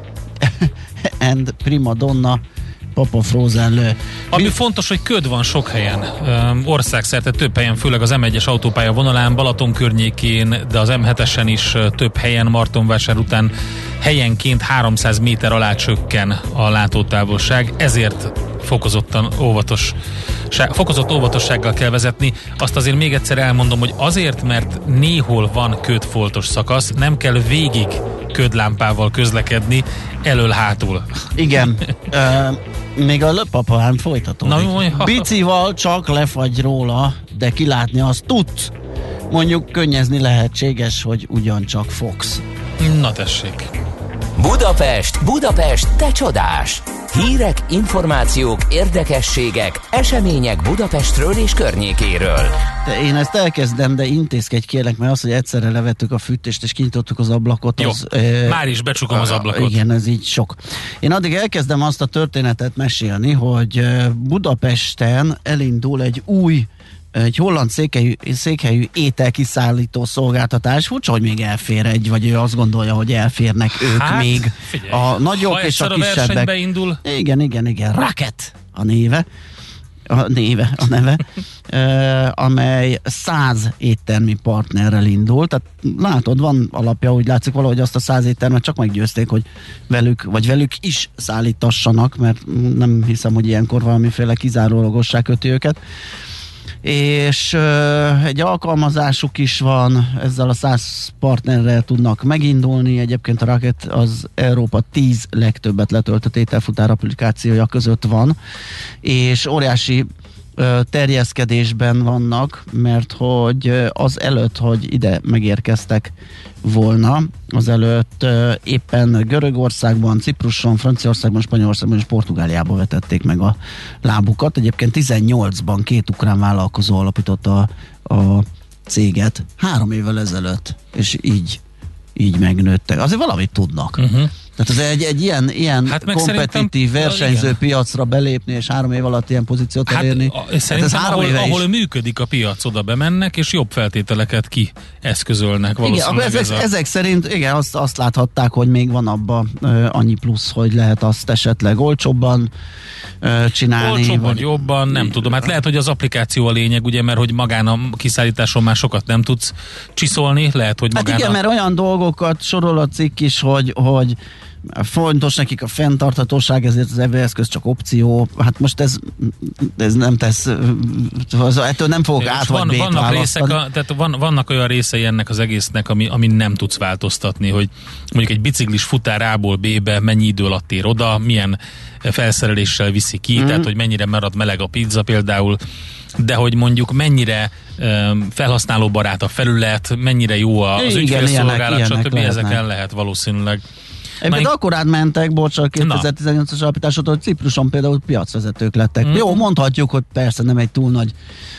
and primadonna Papa Frozen Lő. Ami Mi... fontos, hogy köd van sok helyen, országszerte több helyen, főleg az em egyes autópálya vonalán, Balaton környékén, de az em hetesen is több helyen, Martonvásár után helyenként háromszáz méter alá csökken a látótávolság, ezért fokozottan óvatos, fokozott óvatossággal kell vezetni. Azt azért még egyszer elmondom, hogy azért, mert néhol van ködfoltos szakasz, nem kell végig ködlámpával közlekedni, elől-hátul. Igen. uh, még a löppapahán folytatódik. Bicival csak lefagy róla, de kilátni azt tudsz. Mondjuk könnyezni lehetséges, hogy ugyancsak fogsz. Na tessék. Budapest, Budapest, te csodás! Hírek, információk, érdekességek, események Budapestről és környékéről. De én ezt elkezdem, de intézkedj kérlek, mert az, hogy egyszerre levettük a fűtést és kinyitottuk az ablakot. Jó, az, e, már is becsukom az ablakot. Igen, ez így sok. Én addig elkezdem azt a történetet mesélni, hogy Budapesten elindul egy új, egy holland székhelyű, székhelyű ételkiszállító szolgáltatás. Furcsa, hogy még elfér egy, vagy ő azt gondolja, hogy elférnek ők hát, még. Figyelj, a nagyok és a kisebbek. Indul. Igen, igen, igen. Rocket a néve. A néve, a neve, uh, amely száz éttermi partnerrel indult. Tehát látod, van alapja, úgy látszik valahogy azt a száz éttermet csak meggyőzték, hogy velük, vagy velük is szállítassanak, mert nem hiszem, hogy ilyenkor valamiféle kizárólagosság köti őket. És uh, egy alkalmazásuk is van, ezzel a száz partnerrel tudnak megindulni. Egyébként a Rocket az Európa tíz legtöbbet letöltött ételfutár applikációja között van, és óriási uh, terjeszkedésben vannak, mert hogy uh, az előtt, hogy ide megérkeztek volna, azelőtt uh, éppen Görögországban, Cipruson, Franciaországban, Spanyolországban és Portugáliában vetették meg a lábukat. Egyébként tizennyolcban két ukrán vállalkozó alapította a, a céget három évvel ezelőtt, és így így megnőttek. Azért valamit tudnak. Uh-huh. Tehát ez egy, egy ilyen, ilyen hát kompetitív, versenyző igen. piacra belépni, és három év alatt ilyen pozíciót hát elérni. A, szerintem hát ahol, ahol működik a piac, oda bemennek, és jobb feltételeket kieszközölnek valószínűleg. Igen, ez ezek, a... ezek szerint igen, azt, azt láthatták, hogy még van abban uh, annyi plusz, hogy lehet azt esetleg olcsóbban uh, csinálni. Olcsóbban, vagy... jobban, nem tudom. Hát lehet, hogy az applikáció a lényeg, ugye, mert hogy magán a kiszállításon már sokat nem tudsz csiszolni, lehet, hogy magán Hát igen, a... mert olyan dolgokat sorol a cikk is, hogy, hogy fontos nekik a fenntarthatóság, ezért az evőeszköz csak opció. Hát most ez, ez nem tesz, ettől nem fogok át vagy B-t vannak választani. Részek, tehát van, vannak olyan részei ennek az egésznek, ami, ami nem tudsz változtatni, hogy mondjuk egy biciklis futár A-ból B-be mennyi idő alatt ér oda, milyen felszereléssel viszi ki, mm. tehát hogy mennyire marad meleg a pizza például, de hogy mondjuk mennyire um, felhasználóbarát a felület, mennyire jó az ügyfélszolgálat, stb. Ezeken lehet valószínűleg. Egyébként akkor átmentek, bocsánat, kétezer-tizennyolcas alapítás óta, hogy Cipruson például piacvezetők lettek. Mm. Jó, mondhatjuk, hogy persze nem egy túl nagy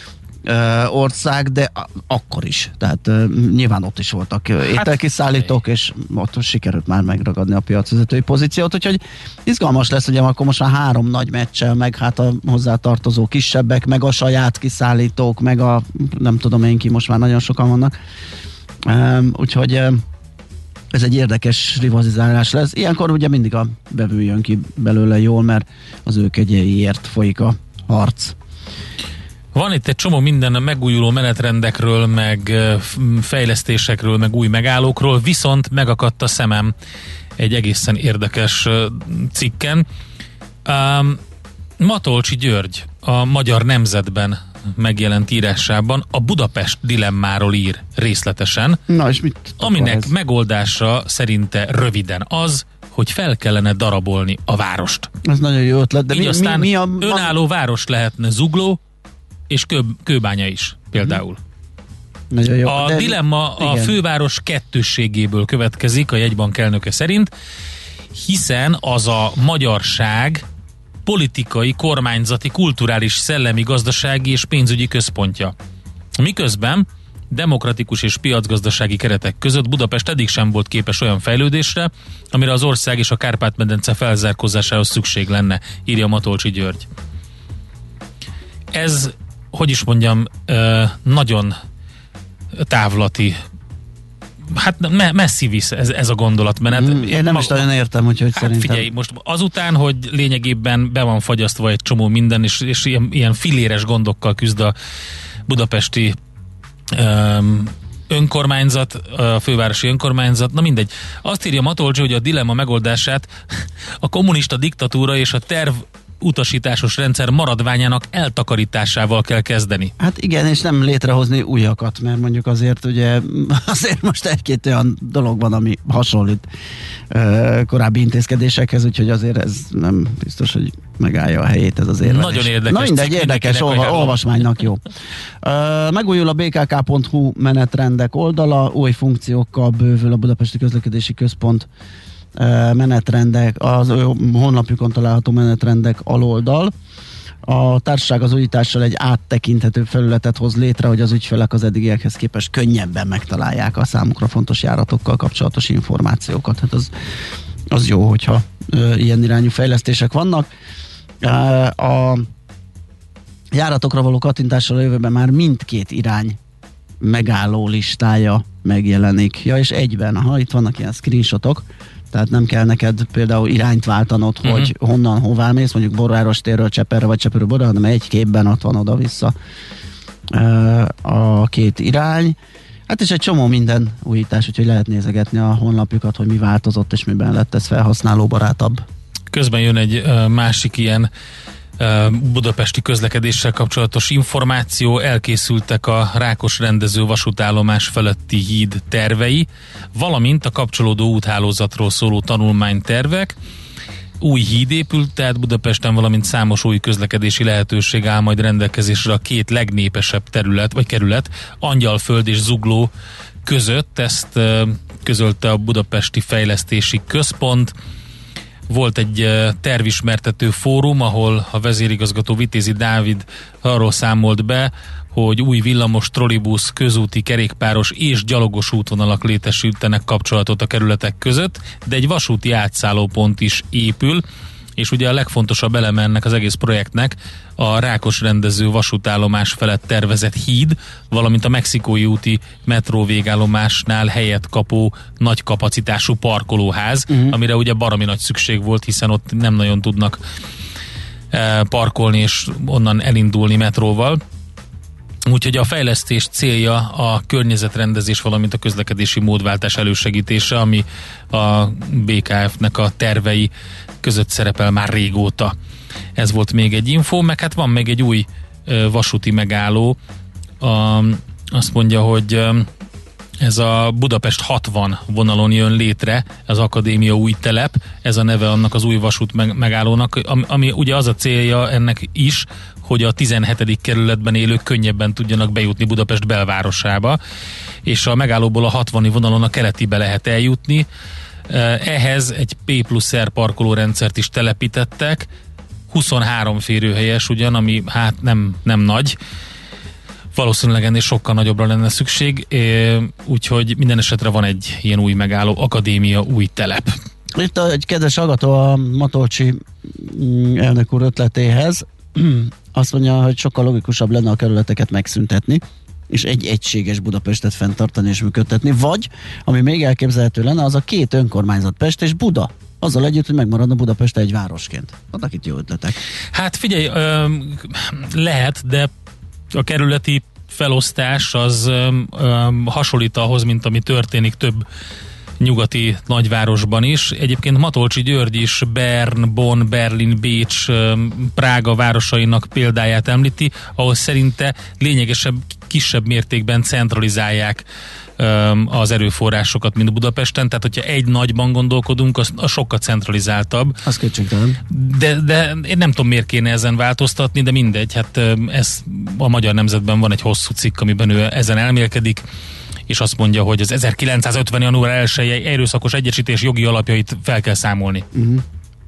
ö, ország, de a, akkor is. Tehát ö, nyilván ott is voltak hát, ételkiszállítók, és ott sikerült már megragadni a piacvezetői pozíciót, úgyhogy izgalmas lesz, ugye akkor most már három nagy meccsel, meg hát a hozzátartozó kisebbek, meg a saját kiszállítók, meg a nem tudom én ki, most már nagyon sokan vannak. Ö, úgyhogy ö, ez egy érdekes rivalizálás lesz. Ilyenkor ugye mindig a bevő jön ki belőle jól, mert az ő kegyeiért folyik a harc. Van itt egy csomó minden a megújuló menetrendekről, meg fejlesztésekről, meg új megállókról, viszont megakadt a szemem egy egészen érdekes cikken. Um, Matolcsy György a Magyar Nemzetben megjelent írásában a Budapest dilemmáról ír részletesen. Na, és mit aminek ez? Megoldása szerinte röviden az, hogy fel kellene darabolni a várost. Ez nagyon jó ötlet, de így mi, aztán mi, mi a... önálló város lehetne Zugló és Kő, Kőbánya is például. Nagyon jó. A de dilemma igen. a főváros kettősségéből következik a jegybank elnöke szerint, hiszen az a magyarság politikai, kormányzati, kulturális, szellemi, gazdasági és pénzügyi központja. Miközben demokratikus és piacgazdasági keretek között Budapest eddig sem volt képes olyan fejlődésre, amire az ország és a Kárpát-medence felzárkózásához szükség lenne, írja Matolcsy György. Ez, hogy is mondjam, nagyon távlati, hát me- messzi visz ez, ez a gondolatmenet. Mm, én nem is nagyon értem, úgyhogy hát szerintem. Figyelj, most azután, hogy lényegében be van fagyasztva egy csomó minden, és, és ilyen, ilyen filéres gondokkal küzd a budapesti um, önkormányzat, a fővárosi önkormányzat, na mindegy. Azt írja Matolcsy, hogy a dilemma megoldását a kommunista diktatúra és a terv utasításos rendszer maradványának eltakarításával kell kezdeni. Hát igen, és nem létrehozni újakat, mert mondjuk azért ugye azért most egy-két olyan dolog van, ami hasonlít uh, korábbi intézkedésekhez, úgyhogy azért ez nem biztos, hogy megállja a helyét ez az érvelés. Nagyon érdekes. Na mindegy, érdekes, olva, olvasmánynak jó. Uh, megújul a bé ká ká pont hú menetrendek oldala, új funkciókkal bővül a Budapesti Közlekedési Központ menetrendek, az honlapjukon található menetrendek aloldal. A társaság az újítással egy áttekinthető felületet hoz létre, hogy az ügyfelek az eddigiekhez képest könnyebben megtalálják a számukra fontos járatokkal kapcsolatos információkat. Hát az, az jó, hogyha ö, ilyen irányú fejlesztések vannak. A járatokra való kattintással a jövőben már mindkét irány megálló listája megjelenik. Ja, és egyben, ha itt vannak ilyen screenshotok, tehát nem kell neked például irányt váltanod, uh-huh. hogy honnan, hová mész, mondjuk Boráros térről Cseperre vagy Cseperről Borra, hanem egy képben ott van oda-vissza a két irány. Hát és egy csomó minden újítás, úgyhogy lehet nézegetni a honlapjukat, hogy mi változott és miben lett ez felhasználóbarátabb. Közben jön egy uh, másik ilyen budapesti közlekedéssel kapcsolatos információ, elkészültek a Rákos rendező vasútállomás feletti híd tervei, valamint a kapcsolódó úthálózatról szóló tanulmánytervek. Új híd épült, tehát Budapesten, valamint számos új közlekedési lehetőség áll majd rendelkezésre a két legnépesebb terület, vagy kerület, Angyalföld és Zugló között. Ezt közölte a Budapesti Fejlesztési Központ. Volt egy tervismertető fórum, ahol a vezérigazgató Vitézi Dávid arról számolt be, hogy új villamos, trollibusz, közúti, kerékpáros és gyalogos útvonalak létesítenek kapcsolatot a kerületek között, de egy vasúti átszállópont is épül, és ugye a legfontosabb eleme ennek az egész projektnek a Rákos rendező vasútállomás felett tervezett híd, valamint a Mexikói úti metró végállomásnál helyet kapó nagy kapacitású parkolóház, uh-huh. amire ugye baromi nagy szükség volt, hiszen ott nem nagyon tudnak eh, parkolni és onnan elindulni metróval. Úgyhogy a fejlesztés célja a környezetrendezés, valamint a közlekedési módváltás elősegítése, ami a bé ká ef-nek a tervei között szerepel már régóta. Ez volt még egy info, meg hát van még egy új ö, vasúti megálló. A, azt mondja, hogy ö, ez a Budapest hatvan vonalon jön létre, az Akadémia új telep, ez a neve annak az új vasút meg, megállónak, ami, ami ugye az a célja ennek is, hogy a tizenhetedik kerületben élők könnyebben tudjanak bejutni Budapest belvárosába, és a megállóból a hatvani vonalon a keletibe lehet eljutni. Ehhez egy P plusz R parkolórendszert is telepítettek, huszonhárom férőhelyes ugyan, ami hát nem, nem nagy, valószínűleg ennél sokkal nagyobbra lenne szükség, úgyhogy minden esetre van egy ilyen új megálló, Akadémia új telep. Itt egy kedves hallgató a Matolcsi elnök úr ötletéhez azt mondja, hogy sokkal logikusabb lenne a kerületeket megszüntetni, és egy egységes Budapestet fenntartani és működtetni, vagy, ami még elképzelhető lenne, az a két önkormányzat, Pest és Buda. Azzal együtt, hogy megmaradna Budapest egy városként. Vannak itt jó ötletek. Hát figyelj, ö, lehet, de a kerületi felosztás az ö, ö, hasonlít ahhoz, mint ami történik több nyugati nagyvárosban is. Egyébként Matolcsi György is Bern, Bonn, Berlin, Bécs, Prága városainak példáját említi, ahol szerinte lényegesebb, kisebb mértékben centralizálják az erőforrásokat, mint Budapesten, tehát hogyha egy nagyban gondolkodunk, az, az sokkal centralizáltabb. Az kétségtelen. De, de én nem tudom, miért kéne ezen változtatni, de mindegy, hát ez a Magyar Nemzetben van egy hosszú cikk, amiben ő ezen elmélkedik, és azt mondja, hogy az ezerkilencszázötven. január elsejei erőszakos egyesítés jogi alapjait fel kell számolni. Uh-huh.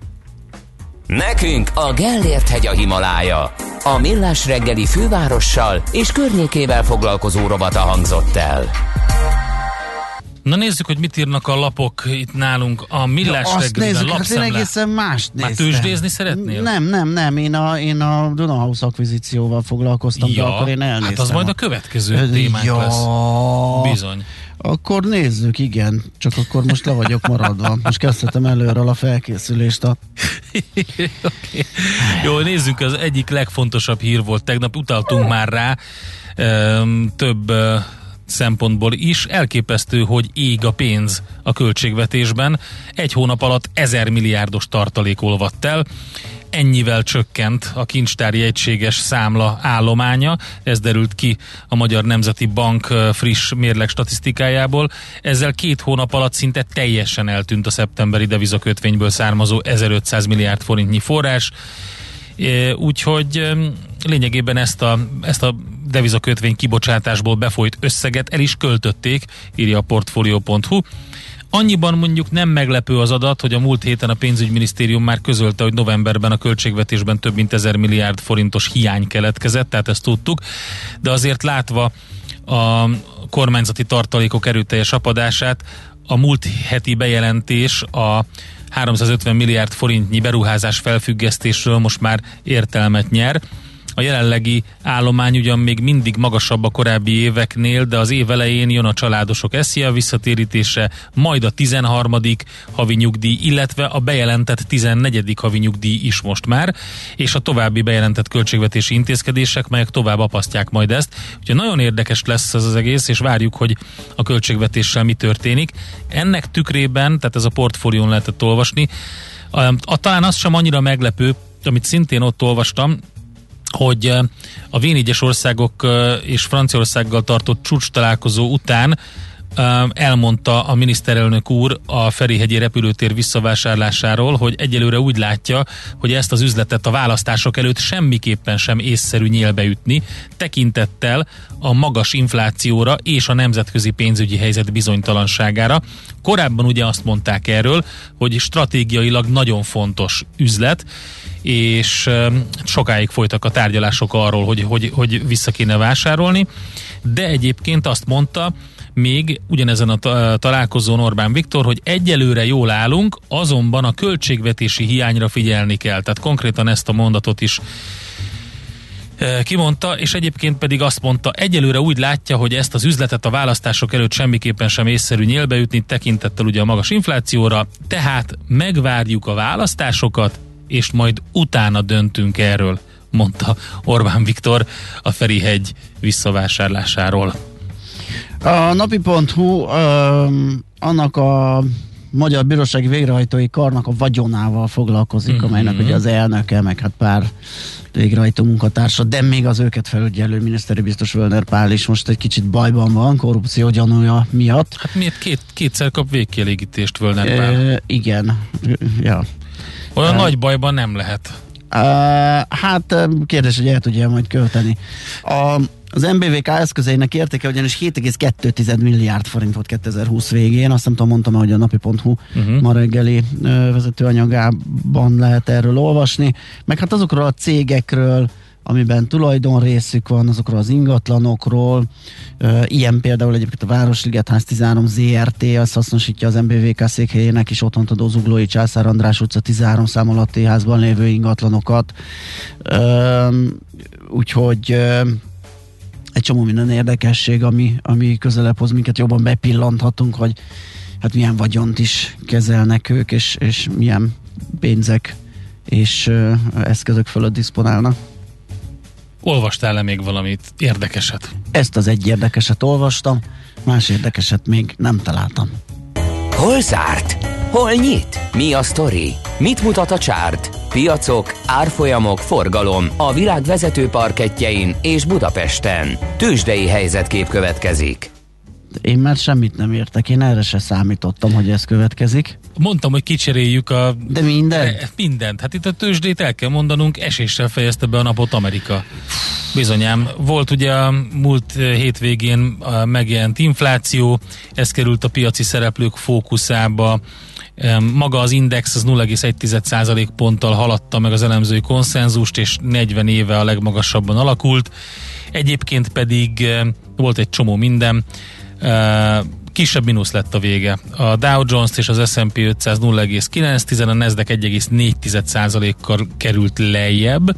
Nekünk a Gellért hegy a Himalája. A Millás reggeli fővárossal és környékével foglalkozó rovata hangzott el. Na nézzük, hogy mit írnak a lapok itt nálunk a Millás ja, reggeliben. Lapszemle. Hát én egészen mást néztem. Már tőzsdézni szeretnél? Nem, nem, nem. Én a, én a Dunahouse akvizícióval foglalkoztam, ja, de akkor én elnéztem. Hát az majd a következő témánk ja. lesz. Bizony. Akkor nézzük, igen. Csak akkor most le vagyok maradva. Most kezdhetem előről a felkészülést. A... okay. Jó, nézzük, az egyik legfontosabb hír volt tegnap. Utaltunk már rá több szempontból is. Elképesztő, hogy ég a pénz a költségvetésben. Egy hónap alatt ezer milliárdos tartalék olvadt el. Ennyivel csökkent a kincstári egységes számla állománya, ez derült ki a Magyar Nemzeti Bank friss mérleg statisztikájából. Ezzel két hónap alatt szinte teljesen eltűnt a szeptemberi devizakötvényből származó ezerötszáz milliárd forintnyi forrás. Úgyhogy lényegében ezt a, ezt a devizakötvény kibocsátásból befolyt összeget el is költötték, írja a portfolio pont hu. Annyiban mondjuk nem meglepő az adat, hogy a múlt héten a pénzügyminisztérium már közölte, hogy novemberben a költségvetésben több mint ezer milliárd forintos hiány keletkezett, tehát ezt tudtuk, de azért látva a kormányzati tartalékok erőteljes apadását, a múlt heti bejelentés a háromszázötven milliárd forintnyi beruházás felfüggesztésről most már értelmet nyer. A jelenlegi állomány ugyan még mindig magasabb a korábbi éveknél, de az év elején jön a családosok SZIA visszatérítése, majd a tizenharmadik havi nyugdíj, illetve a bejelentett tizennegyedik havi nyugdíj is most már, és a további bejelentett költségvetési intézkedések, melyek tovább apasztják majd ezt. Úgyhogy nagyon érdekes lesz ez az egész, és várjuk, hogy a költségvetéssel mi történik. Ennek tükrében, tehát ez a portfólión lehetett olvasni, a, a, talán az sem annyira meglepő, amit szintén ott olvastam, hogy a vé négyes országok és Franciaországgal tartott csúcs találkozó után elmondta a miniszterelnök úr a Ferihegyi repülőtér visszavásárlásáról, hogy egyelőre úgy látja, hogy ezt az üzletet a választások előtt semmiképpen sem észszerű nyílbe ütni, tekintettel a magas inflációra és a nemzetközi pénzügyi helyzet bizonytalanságára. Korábban ugye azt mondták erről, hogy stratégiailag nagyon fontos üzlet, és sokáig folytak a tárgyalások arról, hogy, hogy, hogy vissza kéne vásárolni, de egyébként azt mondta még ugyanezen a találkozón Orbán Viktor, hogy egyelőre jól állunk, azonban a költségvetési hiányra figyelni kell. Tehát konkrétan ezt a mondatot is kimondta, és egyébként pedig azt mondta, egyelőre úgy látja, hogy ezt az üzletet a választások előtt semmiképpen sem észszerű nyélbe ütni, tekintettel ugye a magas inflációra, tehát megvárjuk a választásokat, és majd utána döntünk erről, mondta Orbán Viktor a Ferihegy visszavásárlásáról. A napi pont hu um, annak a Magyar Bírósági Végrehajtói Karnak a vagyonával foglalkozik, mm-hmm. amelynek ugye az elnöke, meg hát pár végrehajtó munkatársa, de még az őket felügyelő miniszteri biztos Völner Pál is most egy kicsit bajban van, korrupció gyanúja miatt. Hát miért két, kétszer kap végkielégítést Völner Pál? E, igen. Ja. Olyan e, nagy bajban nem lehet. E, hát kérdés, hogy el tudja majd költeni. A Az em bé vé ká eszközeinek értéke ugyanis hét egész kettő milliárd forint volt kétezer-húsz végén, azt nem tudom, mondtam, hogy a napi pont hu uh-huh. ma reggeli ö, vezetőanyagában lehet erről olvasni, meg hát azokról a cégekről, amiben tulajdonrészük van, azokról az ingatlanokról, ö, ilyen például egyébként a Városligetház tizenhárom zé er té, azt hasznosítja az em bé vé ká székhelyének is otthont adó Zuglói Császár András utca tizenhárom szám alatti házban lévő ingatlanokat. Ö, úgyhogy ö, egy csomó minden érdekesség, ami, ami közelebb hoz minket, jobban bepillanthatunk, hogy hát milyen vagyont is kezelnek ők, és, és milyen pénzek és ö, eszközök fölött diszponálnak. Olvastál-e még valamit érdekeset? Ezt az egy érdekeset olvastam, más érdekeset még nem találtam. Hol zárt? Hol nyit? Mi a sztori? Mit mutat a csárt? Piacok, árfolyamok, forgalom a világ vezető parkettjein és Budapesten. Tőzsdei helyzetkép következik. Én már semmit nem értek, én erre se számítottam, hogy ez következik. Mondtam, hogy kicseréljük a... De mindent? Mindent. Hát itt a tőzsdét el kell mondanunk, eséssel fejezte be a napot Amerika. Bizonyám. Volt ugye a múlt hétvégén a megjelent infláció, ez került a piaci szereplők fókuszába. Maga az index az nulla egész egy százalékponttal haladta meg az elemzői konszenzust, és negyven éve a legmagasabban alakult. Egyébként pedig volt egy csomó minden. Kisebb mínusz lett a vége. A Dow Jones és az es and pé ötszáz nulla egész kilenc, a Nasdaq egy egész négy százalékkal került lejjebb.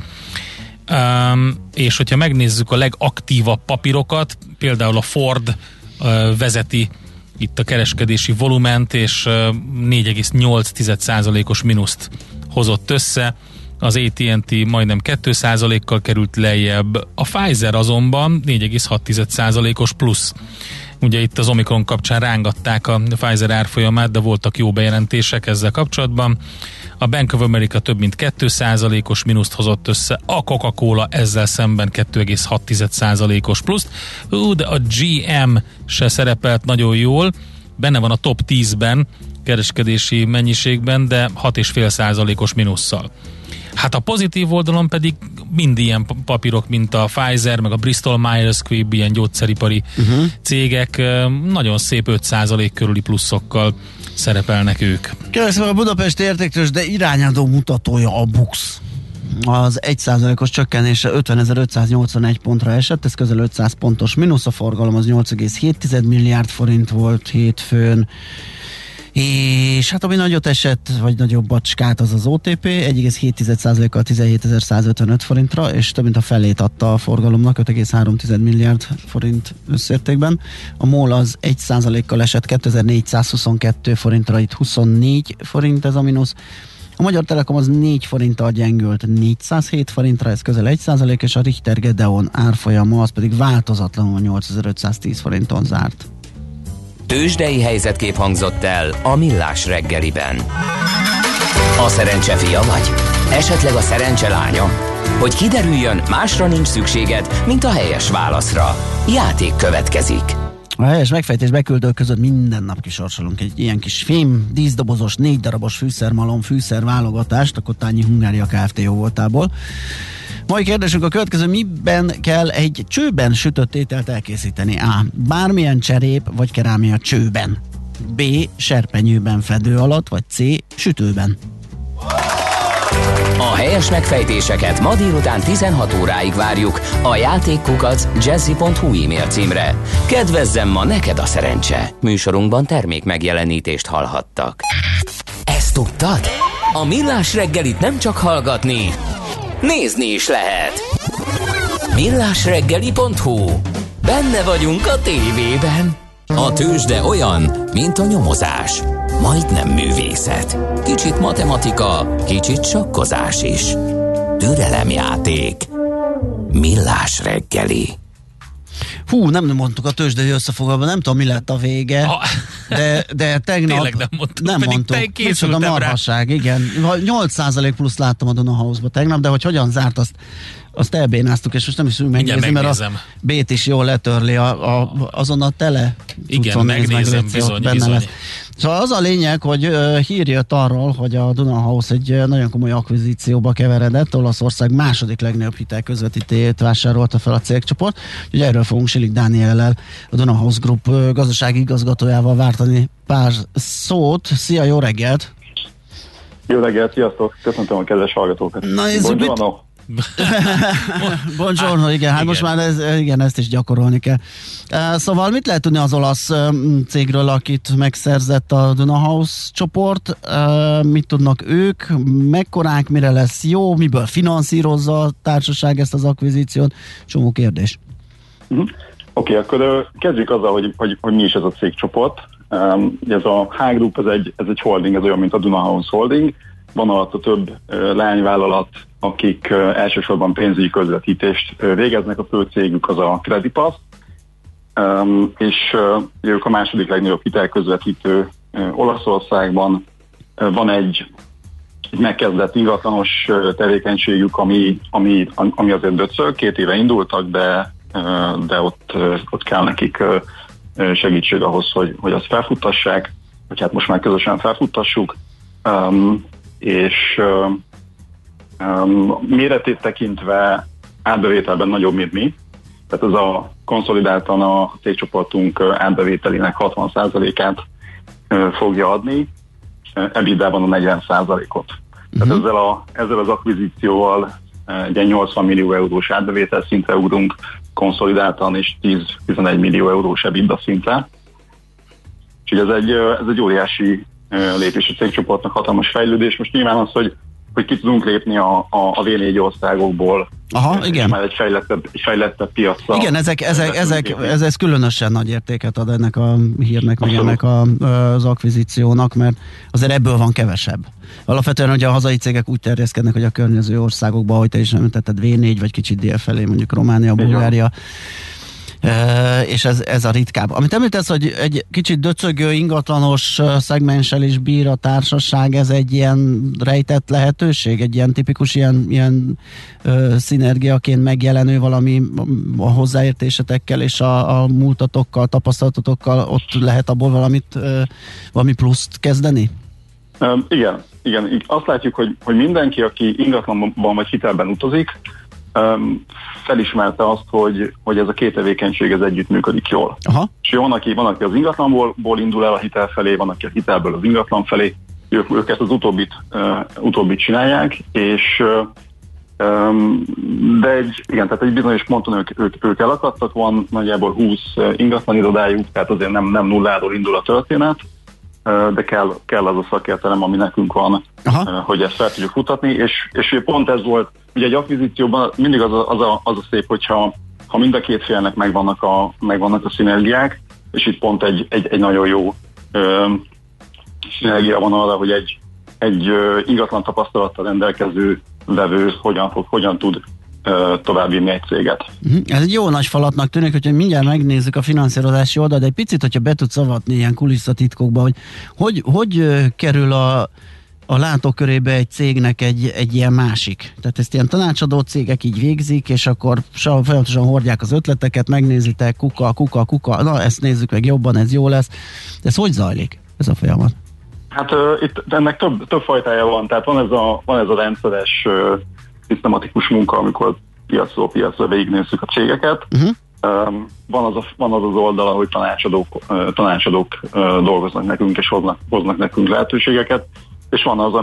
Um, és hogyha megnézzük a legaktívabb papírokat, például a Ford uh, vezeti itt a kereskedési volument, és uh, négy egész nyolc százalékos mínuszt hozott össze. Az á té and té majdnem két százalékkal került lejjebb. A Pfizer azonban négy egész hat százalékos plusz. Ugye itt az Omikron kapcsán rángatták a Pfizer árfolyamát, de voltak jó bejelentések ezzel kapcsolatban. A Bank of America több mint két százalékos mínuszt hozott össze, a Coca-Cola ezzel szemben két egész hat százalékos pluszt. Ú, de a gé em se szerepelt nagyon jól, benne van a top tízben kereskedési mennyiségben, de hat egész öt százalékos mínusszal. Hát a pozitív oldalon pedig mind ilyen papírok, mint a Pfizer, meg a Bristol Myers Squibb, ilyen gyógyszeripari uh-huh. cégek, nagyon szép öt százalék körüli pluszokkal szerepelnek ők. Kérdezve a Budapesti Értéktőzsde irányadó mutatója a BUX. Az egy százalékos csökkenése ötvenezer-ötszáznyolcvanegy pontra esett, ez közel ötszáz pontos mínusz, a forgalom az nyolc egész hét milliárd forint volt hétfőn, és hát ami nagyot esett, vagy nagyobb bacskát, az az o té pé, egy egész hét százalékkal tizenhétezer-százötvenöt forintra, és több mint a felét adta a forgalomnak, öt egész három milliárd forint összértékben. A MOL az egy százalékkal esett kétezer-négyszázhuszonkettő forintra, itt huszonnégy forint ez a mínusz. A Magyar Telekom az négy forinttal gyengült négyszázhét forintra, ez közel egy százalék, és a Richter Gedeon árfolyama az pedig változatlanul nyolcezer-ötszáztíz forinton zárt. Tőzsdei helyzetkép hangzott el a Millás reggeliben. A szerencse fia vagy? Esetleg a szerencse lánya? Hogy kiderüljön, másra nincs szükséged, mint a helyes válaszra. Játék következik. A helyes megfejtés beküldők között minden nap kisorsolunk egy ilyen kis fém, díszdobozos, négy darabos fűszermalom, fűszer válogatást a Kottányi Hungária Kft. Jó voltából. Mai kérdésünk a következő: miben kell egy csőben sütött ételt elkészíteni? A. Bármilyen cserép vagy kerámia csőben. B. Serpenyőben fedő alatt, vagy C. Sütőben. A helyes megfejtéseket ma délután tizenhat óráig várjuk a játékkukac jazzy pont hu e-mail címre. Kedvezzem ma neked a szerencse! Műsorunkban termék megjelenítést hallhattak. Ezt tudtad? A Millás reggelit nem csak hallgatni, nézni is lehet. millásreggeli pont hu. Benne vagyunk a tévében. A tőzsde olyan, mint a nyomozás. Majdnem művészet. Kicsit matematika, kicsit sakkozás is. Türelemjáték. Millás reggeli. Hú, nem mondtuk a tőzsdei összefoglalóban, nem tudom, mi lett a vége, ha. de, de tegnap... Tényleg nem mondtuk, nem mondtuk. Micsoda marhaság, rá. Igen. nyolc százalék plusz láttam a Duna House-ba tegnap, de hogy hogyan zárt, azt, azt elbénáztuk, és most nem is tudjuk megnézni, mert a B-t is jól letörli, a, a, azon a tele. Igen, megnézem, meg, bizony, benne bizony. Lesz. Szóval az a lényeg, hogy uh, hír jött arról, hogy a Duna House egy uh, nagyon komoly akvizícióba keveredett, Olaszország második legnagyobb hitelközvetítőjét vásárolta fel a cégcsoport, úgyhogy erről fogunk Silik Dániellel, a Duna House Group uh, gazdasági igazgatójával váltani pár szót. Szia, jó reggelt! Jó reggelt, sziasztok! Köszöntöm a kedves hallgatókat! Na, ez Buongiorno! Buongiorno, igen, hát igen. Most már ez, igen, ezt is gyakorolni kell. Szóval mit lehet tudni az olasz cégről, akit megszerzett a Duna House csoport? Mit tudnak ők? Mekkorák, mire lesz jó? Miből finanszírozza a társaság ezt az akvizíciót? Csomó kérdés. Uh-huh. Oké, okay, akkor kezdjük azzal, hogy, hogy, hogy mi is ez a cégcsoport. Ez a H Group, ez egy, ez egy holding, ez olyan, mint a Duna House Holding. Van alatt a több leányvállalat, akik uh, elsősorban pénzügyi közvetítést uh, végeznek, a fő cégük az a Credipass, um, és uh, ők a második legnagyobb hitelközvetítő uh, Olaszországban. Uh, van egy, egy megkezdett ingatlanos uh, tevékenységük, ami, ami, ami azért döcög, két éve indultak, de, uh, de ott, uh, ott kell nekik uh, segítség ahhoz, hogy, hogy azt felfuttassák, vagy hát most már közösen felfuttassuk, um, és uh, Um, méretét tekintve átbevételben nagyobb, mint mi. Tehát ez a konszolidáltan a cégcsoportunk átbevételének hatvan százalékát uh, fogja adni, uh, ebidában a negyven százalékot. Uh-huh. Tehát ezzel, a, ezzel az akvizícióval uh, egy nyolcvan millió eurós átbevétel szintre ugrunk konszolidáltan, és tíz-tizenegy millió eurós ebida szintre. Úgyhogy ez egy, ez egy óriási uh, lépés a cégcsoportnak, hatalmas fejlődés. Most nyilván az, hogy hogy ki tudunk lépni a, a, a vé négy országokból. Aha, igen. Már egy fejlettebb, egy fejlettebb piacra. Igen, ezek, ezek, ezek, ez, ez különösen nagy értéket ad ennek a hírnek, meg ennek a, az akvizíciónak, mert azért ebből van kevesebb. Alapvetően ugye a hazai cégek úgy terjeszkednek, hogy a környező országokban, ahogy te is említetted, vé négy, vagy kicsit délfelé, mondjuk Románia, Bulgária, Uh, és ez, ez a ritkább. Amit említesz, hogy egy kicsit döcögő, ingatlanos szegmenssel is bír a társaság, ez egy ilyen rejtett lehetőség, egy ilyen tipikus ilyen, ilyen uh, szinergiaként megjelenő valami a hozzáértésetekkel és a, a múltatokkal, tapasztalatokkal, ott lehet abból valamit, uh, valami pluszt kezdeni? Um, igen, igen. Azt látjuk, hogy, hogy mindenki, aki ingatlanban vagy hitelben utazik, Um, felismerte azt, hogy, hogy ez a két tevékenység ez együtt működik jól. Aha. És van, aki, van, aki az ingatlanból indul el a hitel felé, van, aki a hitelből az ingatlan felé, ők, ők ezt az utóbbit, uh, utóbbit csinálják, és uh, um, de egy, igen, tehát egy bizonyos ponton ők, ők, ők elakadtak, van nagyjából húsz ingatlan irodájuk, tehát azért nem, nem nulláról indul a történet, uh, de kell, kell az a szakértelem, ami nekünk van, uh, hogy ezt fel tudjuk futatni, és, és pont ez volt. Ugye egy akvizícióban mindig az a, az a, az a szép, hogyha ha mind a két félnek megvannak a, megvannak a szinergiák, és itt pont egy, egy, egy nagyon jó ö, szinergia van arra, hogy egy, egy ö, ingatlan tapasztalattal rendelkező vevő hogyan, fog, hogyan tud ö, továbbvinni egy céget. Ez egy jó nagy falatnak tűnik, hogyha mindjárt megnézzük a finanszírozási oldalt, de egy picit, hogyha be tudsz avatni ilyen kulisszatitkokba, hogy hogy, hogy kerül a a látókörébe egy cégnek egy, egy ilyen másik. Tehát ezt ilyen tanácsadó cégek így végzik, és akkor folyamatosan hordják az ötleteket, megnézitek, kuka, kuka, kuka, na ezt nézzük meg jobban, ez jó lesz. De ez hogy zajlik, ez a folyamat? Hát uh, itt ennek több, több fajtája van, tehát van ez a, van ez a rendszeres, uh, szisztematikus munka, amikor piacról piacra végignézzük a cégeket. Uh-huh. Um, van, az a, van az az oldala, hogy tanácsadók, uh, tanácsadók uh, dolgoznak nekünk, és hoznak, hoznak nekünk lehetőségeket, és van az, ami,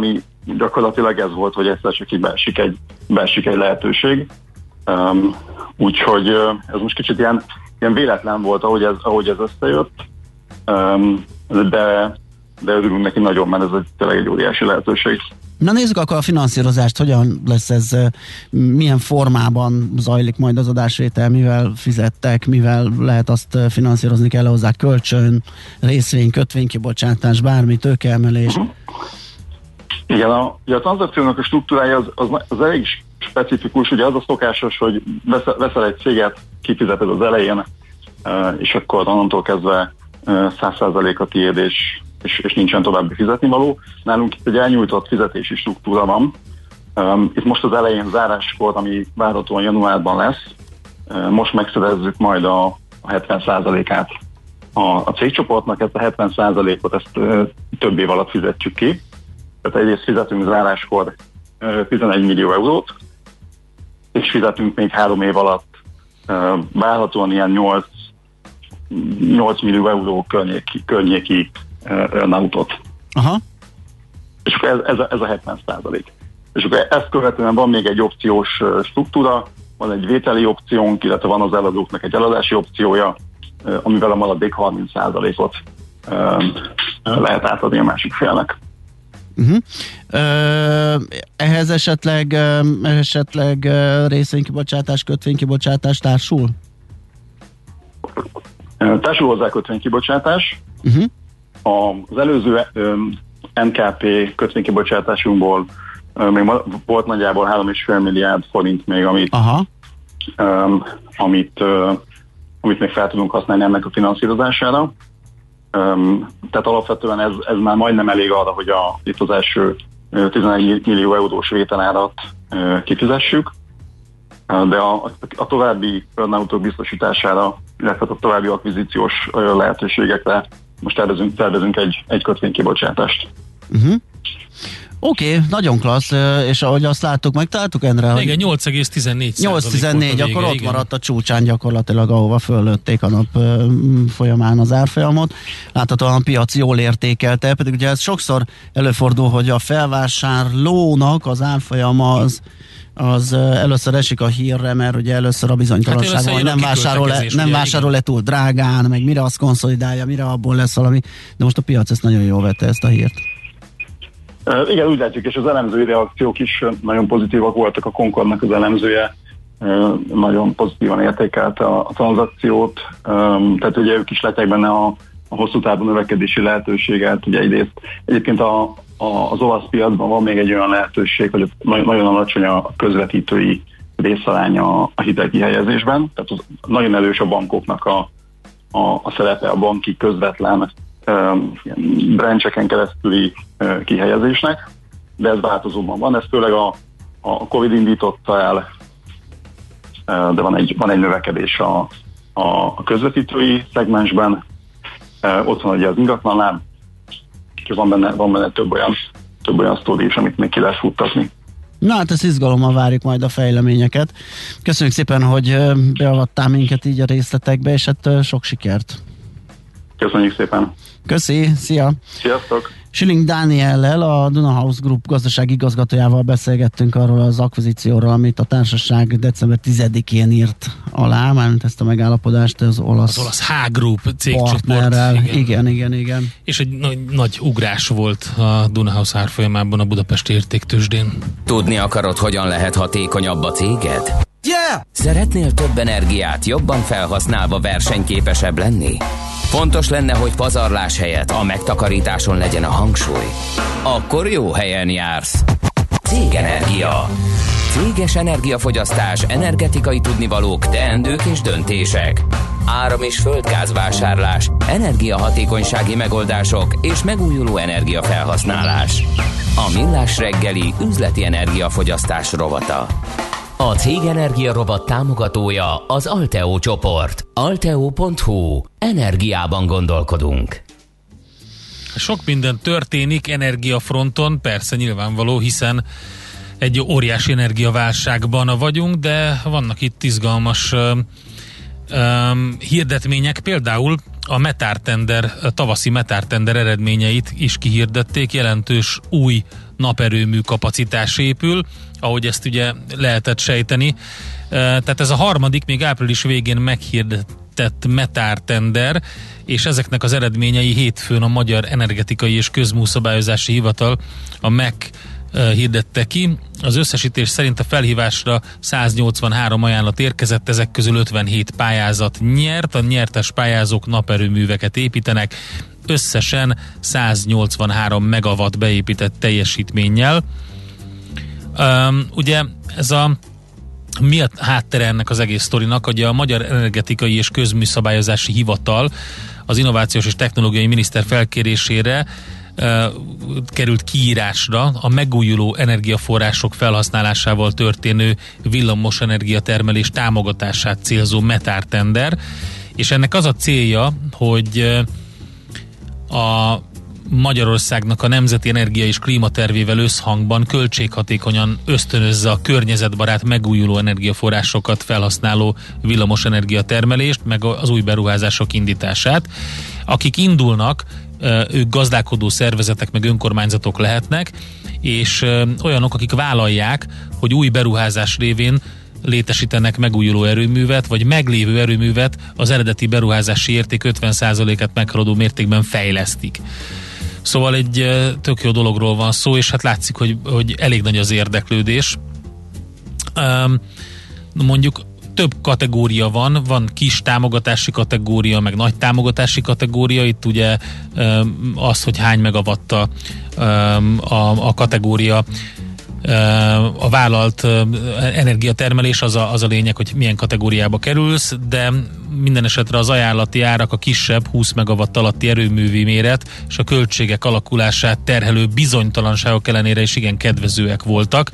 gyakorlatilag ez volt, hogy egyszer csak így beesik egy, beesik egy lehetőség. Um, úgyhogy ez most kicsit ilyen, ilyen véletlen volt, ahogy ez, ahogy ez összejött, um, de, de örülünk neki nagyon, mert ez egy, tényleg egy óriási lehetőség. Na nézzük akkor a finanszírozást, hogyan lesz ez, milyen formában zajlik majd az adásvétel, mivel fizettek, mivel lehet azt finanszírozni, kell hozzá kölcsön, részvény, kötvénykibocsátás, bármi, tőkeemelés. Uh-huh. Igen, a, a tranzakciónak a struktúrája az, az, az elég specifikus, ugye az a szokásos, hogy veszel, veszel egy céget, kifizeted az elején, és akkor onnantól kezdve száz százalék a tiéd, és, és, és nincsen további fizetnivaló. Nálunk itt egy elnyújtott fizetési struktúra van. Itt most az elején záráskor, ami várhatóan januárban lesz, most megszerezzük majd a, a hetven százalékát a, a cégcsoportnak, ezt a hetven százalékot ezt több év alatt fizetjük ki. Tehát egyrészt fizetünk záráskor tizenegy millió eurót, és fizetünk még három év alatt várhatóan ilyen nyolc millió euró környéki, környéki earnoutot. Aha. És akkor ez, ez, a, ez a hetven százalék. És akkor ezt követően van még egy opciós struktúra, van egy vételi opciónk, illetve van az eladóknak egy eladási opciója, amivel a maradék harminc százalékot lehet átadni a másik félnek. Uh-huh. Ö, ehhez esetleg, esetleg részvénykibocsátás, kötvénykibocsátás társul? Társul hozzá kötvénykibocsátás. Uh-huh. Az előző en ká pé kötvénykibocsátásunkból még volt nagyjából három egész öt milliárd forint még, amit, Aha. um, amit, uh, amit még fel tudunk használni ennek a finanszírozására. Um, tehát alapvetően ez, ez már majdnem elég arra, hogy a, itt az első uh, tizenegy millió eurós vételárat uh, kifizessük, uh, de a, a további earnoutok biztosítására, illetve a további akvizíciós uh, lehetőségekre most tervezünk, tervezünk egy, egy kötvénykibocsátást. Uh-huh. Oké, okay, nagyon klassz, és ahogy azt láttuk, megtaláltuk, Endre? Igen, nyolc egész tizennégy nyolc egész tizennégy, akkor ott igen. Maradt a csúcsán gyakorlatilag, ahova föllőtték a nap folyamán az árfolyamot. Láthatóan a piac jól értékelte, pedig ugye ez sokszor előfordul, hogy a felvásárlónak az árfolyama az az először esik a hírre, mert ugye először a bizonytalanság hát hogy nem vásárol-e, nem vásárol-e túl drágán, meg mire azt konszolidálja, mire abból lesz valami, de most a piac ezt nagyon jól vette, ezt a hírt. Uh, igen, úgy látjuk, és az elemzői reakciók is nagyon pozitívak voltak, a Concordnak az elemzője uh, nagyon pozitívan értékelte a, a tranzakciót, um, tehát ugye ők is látják benne a, a hosszú távú növekedési lehetőséget, ugye egyrészt egyébként a, a, az olasz piacban van még egy olyan lehetőség, hogy nagyon alacsony a közvetítői részaránya a hitelkihelyezésben, tehát az nagyon erős a bankoknak a, a, a szerepe, a banki közvetlen brancheken keresztüli uh, kihelyezésnek, de ez változóban van, ez főleg a, a Covid indította el, uh, de van egy, van egy növekedés a, a, a közvetítői szegmensben, uh, ott van ugye az ingatlanláb, és van benne, van benne több olyan, több olyan sztori is, amit még ki lehet futtatni. Na hát ezt izgalommal várjuk majd a fejleményeket. Köszönjük szépen, hogy beavattál minket így a részletekbe, és hát sok sikert! Köszönjük szépen! Köszi, szia! Sziasztok! Schilling Dániellel, a Dunahouse Group gazdasági igazgatójával beszélgettünk arról az akvizícióról, amit a társaság december tizedikén írt alá, mármint ezt a megállapodást az olasz, az olasz H Group cégcsoport. Igen. igen, igen, igen. És egy nagy, nagy ugrás volt a Dunahouse árfolyamában a Budapesti Értéktőzsdén. Tudni akarod, hogyan lehet hatékonyabb a céged? Yeah! Szeretnél több energiát jobban felhasználva versenyképesebb lenni? Fontos lenne, hogy pazarlás helyett a megtakarításon legyen a hangsúly. Akkor jó helyen jársz. Cégenergia. Céges energiafogyasztás, energetikai tudnivalók, teendők és döntések. Áram- és földgázvásárlás, energiahatékonysági megoldások és megújuló energiafelhasználás. A Millás reggeli üzleti energiafogyasztás rovata. A Cégenergia rovat támogatója az Alteo csoport. alteo pont hu. Energiában gondolkodunk. Sok minden történik energiafronton, persze nyilvánvaló, hiszen egy óriási energiaválságban vagyunk, de vannak itt izgalmas uh, um, hirdetmények, például a metártender, a tavaszi metártender eredményeit is kihirdették, jelentős új naperőmű kapacitás épül, ahogy ezt ugye lehetett sejteni. Tehát ez a harmadik, még április végén meghirdetett metártender, és ezeknek az eredményei hétfőn a Magyar Energetikai és Közműszabályozási Hivatal, a em e cé hirdette ki. Az összesítés szerint a felhívásra száznyolcvanhárom ajánlat érkezett, ezek közül ötvenhét pályázat nyert, a nyertes pályázók naperőműveket építenek, összesen száznyolcvanhárom megawatt beépített teljesítménnyel. Um, ugye ez a mi a háttere ennek az egész sztorinak, hogy a Magyar Energetikai és Közműszabályozási Hivatal az Innovációs és Technológiai Miniszter felkérésére uh, került kiírásra a megújuló energiaforrások felhasználásával történő villamos energiatermelés támogatását célzó metártender, és ennek az a célja, hogy uh, a Magyarországnak a Nemzeti Energia és Klímatervével összhangban költséghatékonyan ösztönözze a környezetbarát megújuló energiaforrásokat felhasználó villamos energiatermelést, meg az új beruházások indítását. Akik indulnak, ők gazdálkodó szervezetek, meg önkormányzatok lehetnek, és olyanok, akik vállalják, hogy új beruházás révén létesítenek megújuló erőművet, vagy meglévő erőművet az eredeti beruházási érték ötven százalékát meghaladó mértékben fejlesztik. Szóval egy tök jó dologról van szó, és hát látszik, hogy, hogy elég nagy az érdeklődés. Um, mondjuk több kategória van, van kis támogatási kategória, meg nagy támogatási kategória. Itt ugye um, az, hogy hány megawatt um, a, a kategória, a vállalt energiatermelés, az a, az a lényeg, hogy milyen kategóriába kerülsz, de minden esetre az ajánlati árak a kisebb húsz megawatt alatti erőművi méret és a költségek alakulását terhelő bizonytalanságok ellenére is igen kedvezőek voltak,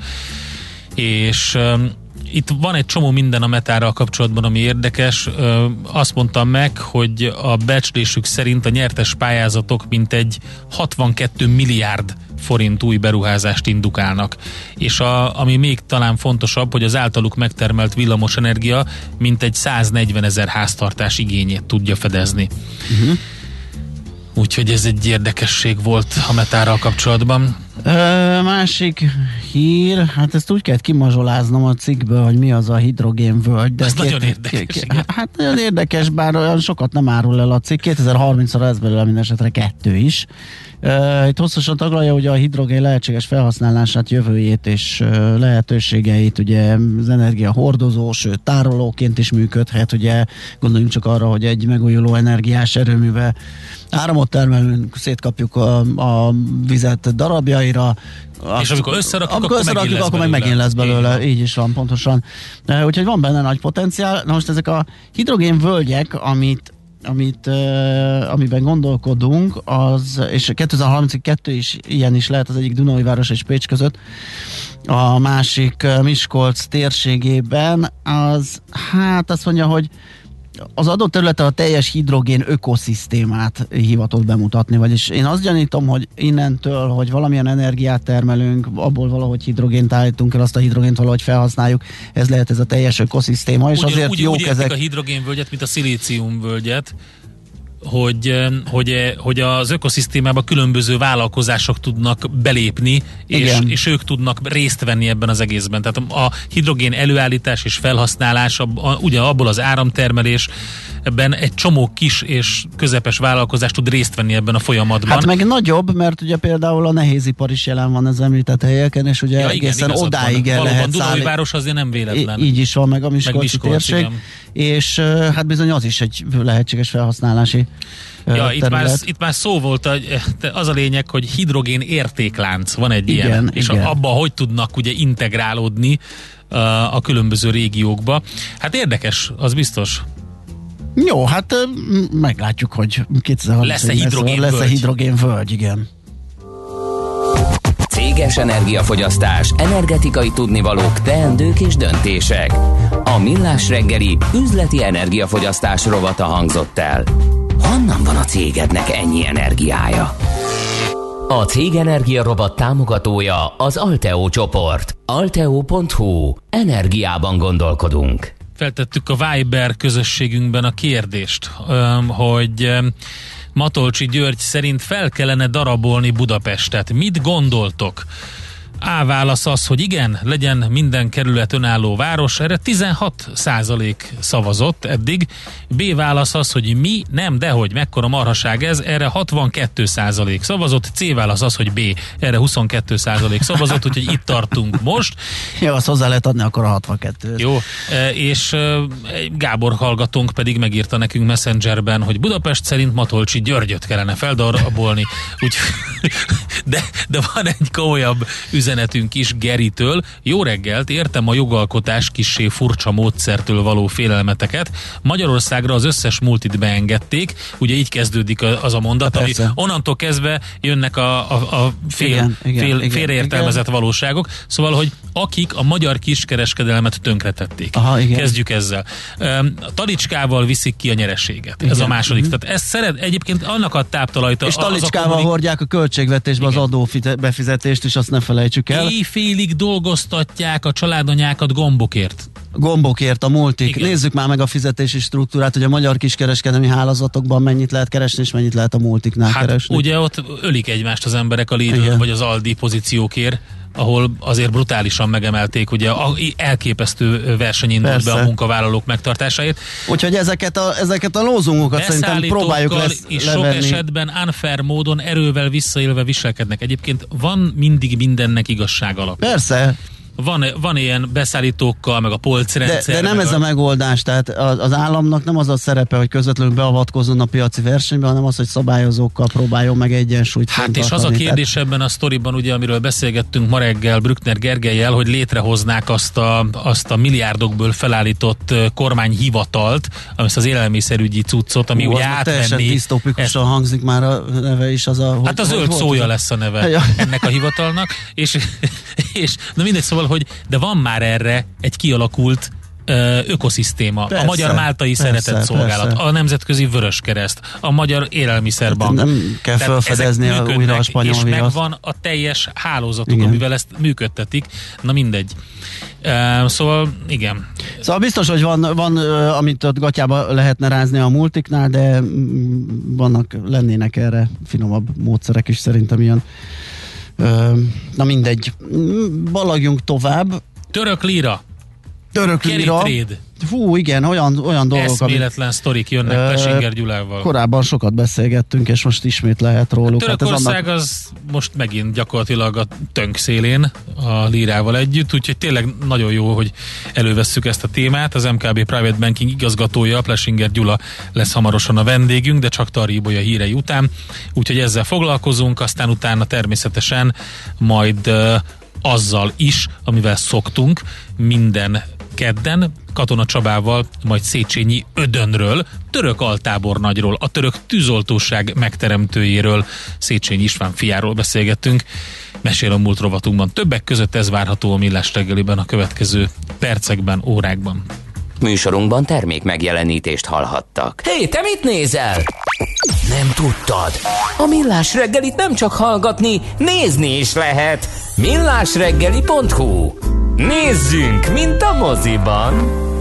és um, itt van egy csomó minden a metárral kapcsolatban, ami érdekes. Uh, azt mondtam meg, hogy a becslésük szerint a nyertes pályázatok mintegy hatvankettő milliárd forint új beruházást indukálnak. És a, ami még talán fontosabb, hogy az általuk megtermelt villamosenergia mintegy száznegyvenezer háztartás igényét tudja fedezni. Uh-huh. Úgyhogy ez egy érdekesség volt a metárral kapcsolatban. Ö, másik hír, hát ezt úgy kellett kimazsoláznom a cikkből, hogy mi az a hidrogénvölgy. Ez nagyon érdekes. K- hát nagyon érdekes, bár olyan sokat nem árul el a cikk. kétezer-harmincra lesz belőle minden esetre kettő is. Uh, itt hosszasan taglalja ugye a hidrogén lehetséges felhasználását, jövőjét és uh, lehetőségeit, ugye az energia hordozó, sőt tárolóként is működhet, ugye gondoljunk csak arra, hogy egy megújuló energiás erőműve áramot termelünk, szétkapjuk a, a vizet darabjaira, és amikor összerakjuk, amikor akkor, összerakjuk, megint, akkor lesz meg megint lesz belőle. Igen. Így is van, pontosan. Uh, úgyhogy van benne nagy potenciál. Na most ezek a hidrogénvölgyek, amit amit, uh, amiben gondolkodunk, az, és kétezer-harmincig kettő is ilyen is lehet, az egyik Dunaújváros és Pécs között, a másik uh, Miskolc térségében, az hát azt mondja, hogy az adott területen a teljes hidrogén ökoszisztémát hivatott bemutatni, vagyis én azt gyanítom, hogy innentől, hogy valamilyen energiát termelünk, abból valahogy hidrogént állítunk el, azt a hidrogént valahogy felhasználjuk, ez lehet ez a teljes ökoszisztéma, és Ugyan, azért úgy, jók úgy ezek... a hidrogénvölgyet, mint a szilíciumvölgyet, hogy, hogy, hogy az ökoszisztémába különböző vállalkozások tudnak belépni, és, és ők tudnak részt venni ebben az egészben. Tehát a hidrogén előállítás és felhasználás, a, a, ugye abból az áramtermelés, ebben egy csomó kis és közepes vállalkozás tud részt venni ebben a folyamatban. Hát meg nagyobb, mert ugye például a nehézipar is jelen van az említett helyeken, és ugye ja, egészen igen, odáig el lehet szállni. Dunaújváros azért nem véletlen. Így is van, meg a Miskolci térség. És hát bizony az is egy lehetséges felhasználási Ja, itt már, itt már szó volt, az a lényeg, hogy hidrogén értéklánc van egy igen, ilyen, és igen. abban hogy tudnak ugye integrálódni a különböző régiókba. Hát érdekes, az biztos. Jó, hát meglátjuk, hogy lesz-e hidrogénvölgy. Lesz-e hidrogénvölgy, igen. Céges energiafogyasztás, energetikai tudnivalók, teendők és döntések. A Millás reggeli üzleti energiafogyasztás rovata hangzott el. Honnan van a cégednek ennyi energiája? A Cégenergia rovat támogatója az Alteo csoport. alteo pont hu. Energiában gondolkodunk. feltettük a Viber közösségünkben a kérdést, hogy Matolcsy György szerint fel kellene darabolni Budapestet. Mit gondoltok? A válasz az, hogy igen, legyen minden kerület önálló város, erre tizenhat százalék szavazott eddig. B válasz az, hogy mi, nem, dehogy, mekkora marhaság ez, erre hatvankettő százalék szavazott. C válasz az, hogy B, erre huszonkettő százalék szavazott, úgyhogy itt tartunk most. Jó, azt hozzá lehet adni akkor a hatvankettőt. Jó, és Gábor hallgatónk pedig megírta nekünk Messengerben, hogy Budapest szerint Matolcsy Györgyöt kellene feldarabolni. Úgy, de, de van egy komolyabb üzenetünk is Geritől. Jó reggelt, értem a jogalkotás kissé furcsa módszertől való félelmeteket. Magyarországra az összes multit beengedték, ugye így kezdődik az a mondat, ami onnantól kezdve jönnek a, a, a fél, igen, fél, igen, félreértelmezett igen. valóságok. Szóval, hogy akik a magyar kiskereskedelmet tönkretették. Aha, kezdjük ezzel. A talicskával viszik ki a nyereséget. Igen. Ez a második. Mm-hmm. Tehát ezt szeret, egyébként annak a táptalajt. És talicskával kommunik... hordják a költségvetésbe igen. az adóbefizetést, és azt ne felejtsük el. Éjfélig dolgoztatják a családanyákat gombokért. Gombokért a multik. Igen. Nézzük már meg a fizetési struktúrát, hogy a magyar kiskereskedelmi hálózatokban mennyit lehet keresni, és mennyit lehet a multiknál hát keresni. Ugye ott ölik egymást az emberek a Lidl vagy az Aldi pozíciókért, ahol azért brutálisan megemelték, ugye elképesztő verseny indult be a munkavállalók megtartásáért. Úgyhogy ezeket a, ezeket a lózungokat szerintem próbáljuk lesz, és levenni. Sok esetben unfair módon erővel visszaélve viselkednek. Egyébként van mindig mindennek igazság alapja. Persze. Van, van ilyen beszállítókkal, meg a polcrendszer. De, de nem ez a... a megoldás, tehát az államnak nem az a szerepe, hogy közvetlenül beavatkozzon a piaci versenybe, hanem az, hogy szabályozókkal próbáljon meg egyensúlyt Hát és az a kérdés tehát... ebben a sztoriban, ugye, amiről beszélgettünk ma reggel Brückner Gergellyel, hogy létrehoznák azt a, azt a milliárdokból felállított kormányhivatalt, ami az élelmiszerügyi cuccot, ami Hú, ugye átvenni. Teljesen disztopikusan ezt... hangzik már a neve is. Az a, hát a zöld szója lesz a neve ja. ennek a hivatalnak, és, és na mindegy, szóval hogy de van már erre egy kialakult ö, ökoszisztéma. Persze, a Magyar Máltai Szeretett Szolgálat, persze. a Nemzetközi Vöröskereszt, a Magyar Élelmiszerbank. Nem kell felfedezni a újra a spanyol és viaszt. Megvan a teljes hálózatuk, igen. amivel ezt működtetik. Na mindegy. Uh, szóval igen. Szóval biztos, hogy van, van uh, amit ott gatyába lehetne rázni a multiknál, de vannak, lennének erre finomabb módszerek is szerintem ilyen. Na mindegy, ballagjunk tovább. Török lira. Török lira. Fú, igen, olyan, olyan dolgok. Eszméletlen sztorik jönnek uh, Plesinger Gyulával. Korábban sokat beszélgettünk, és most ismét lehet róluk. A Törökország hát annak... az most megint gyakorlatilag a tönk szélén a lírával együtt, úgyhogy tényleg nagyon jó, hogy elővesszük ezt a témát. Az em ká bé Private Banking igazgatója, Plesinger Gyula lesz hamarosan a vendégünk, de csak Tarry Ibolya hírei után. Úgyhogy ezzel foglalkozunk, aztán utána természetesen majd uh, azzal is, amivel szoktunk minden kedden, Katona Csabával, majd Széchenyi Ödönről, török altábornagyról, a török tűzoltóság megteremtőjéről, Széchenyi István fiáról beszélgettünk. Mesél a múlt rovatunkban. Többek között ez várható a Millás reggeliben a következő percekben, órákban. Műsorunkban termék megjelenítést hallhattak. Hé, te mit nézel? Nem tudtad? A Millás reggelit nem csak hallgatni, nézni is lehet. millásreggeli pont hu. Nézzünk, mint a moziban!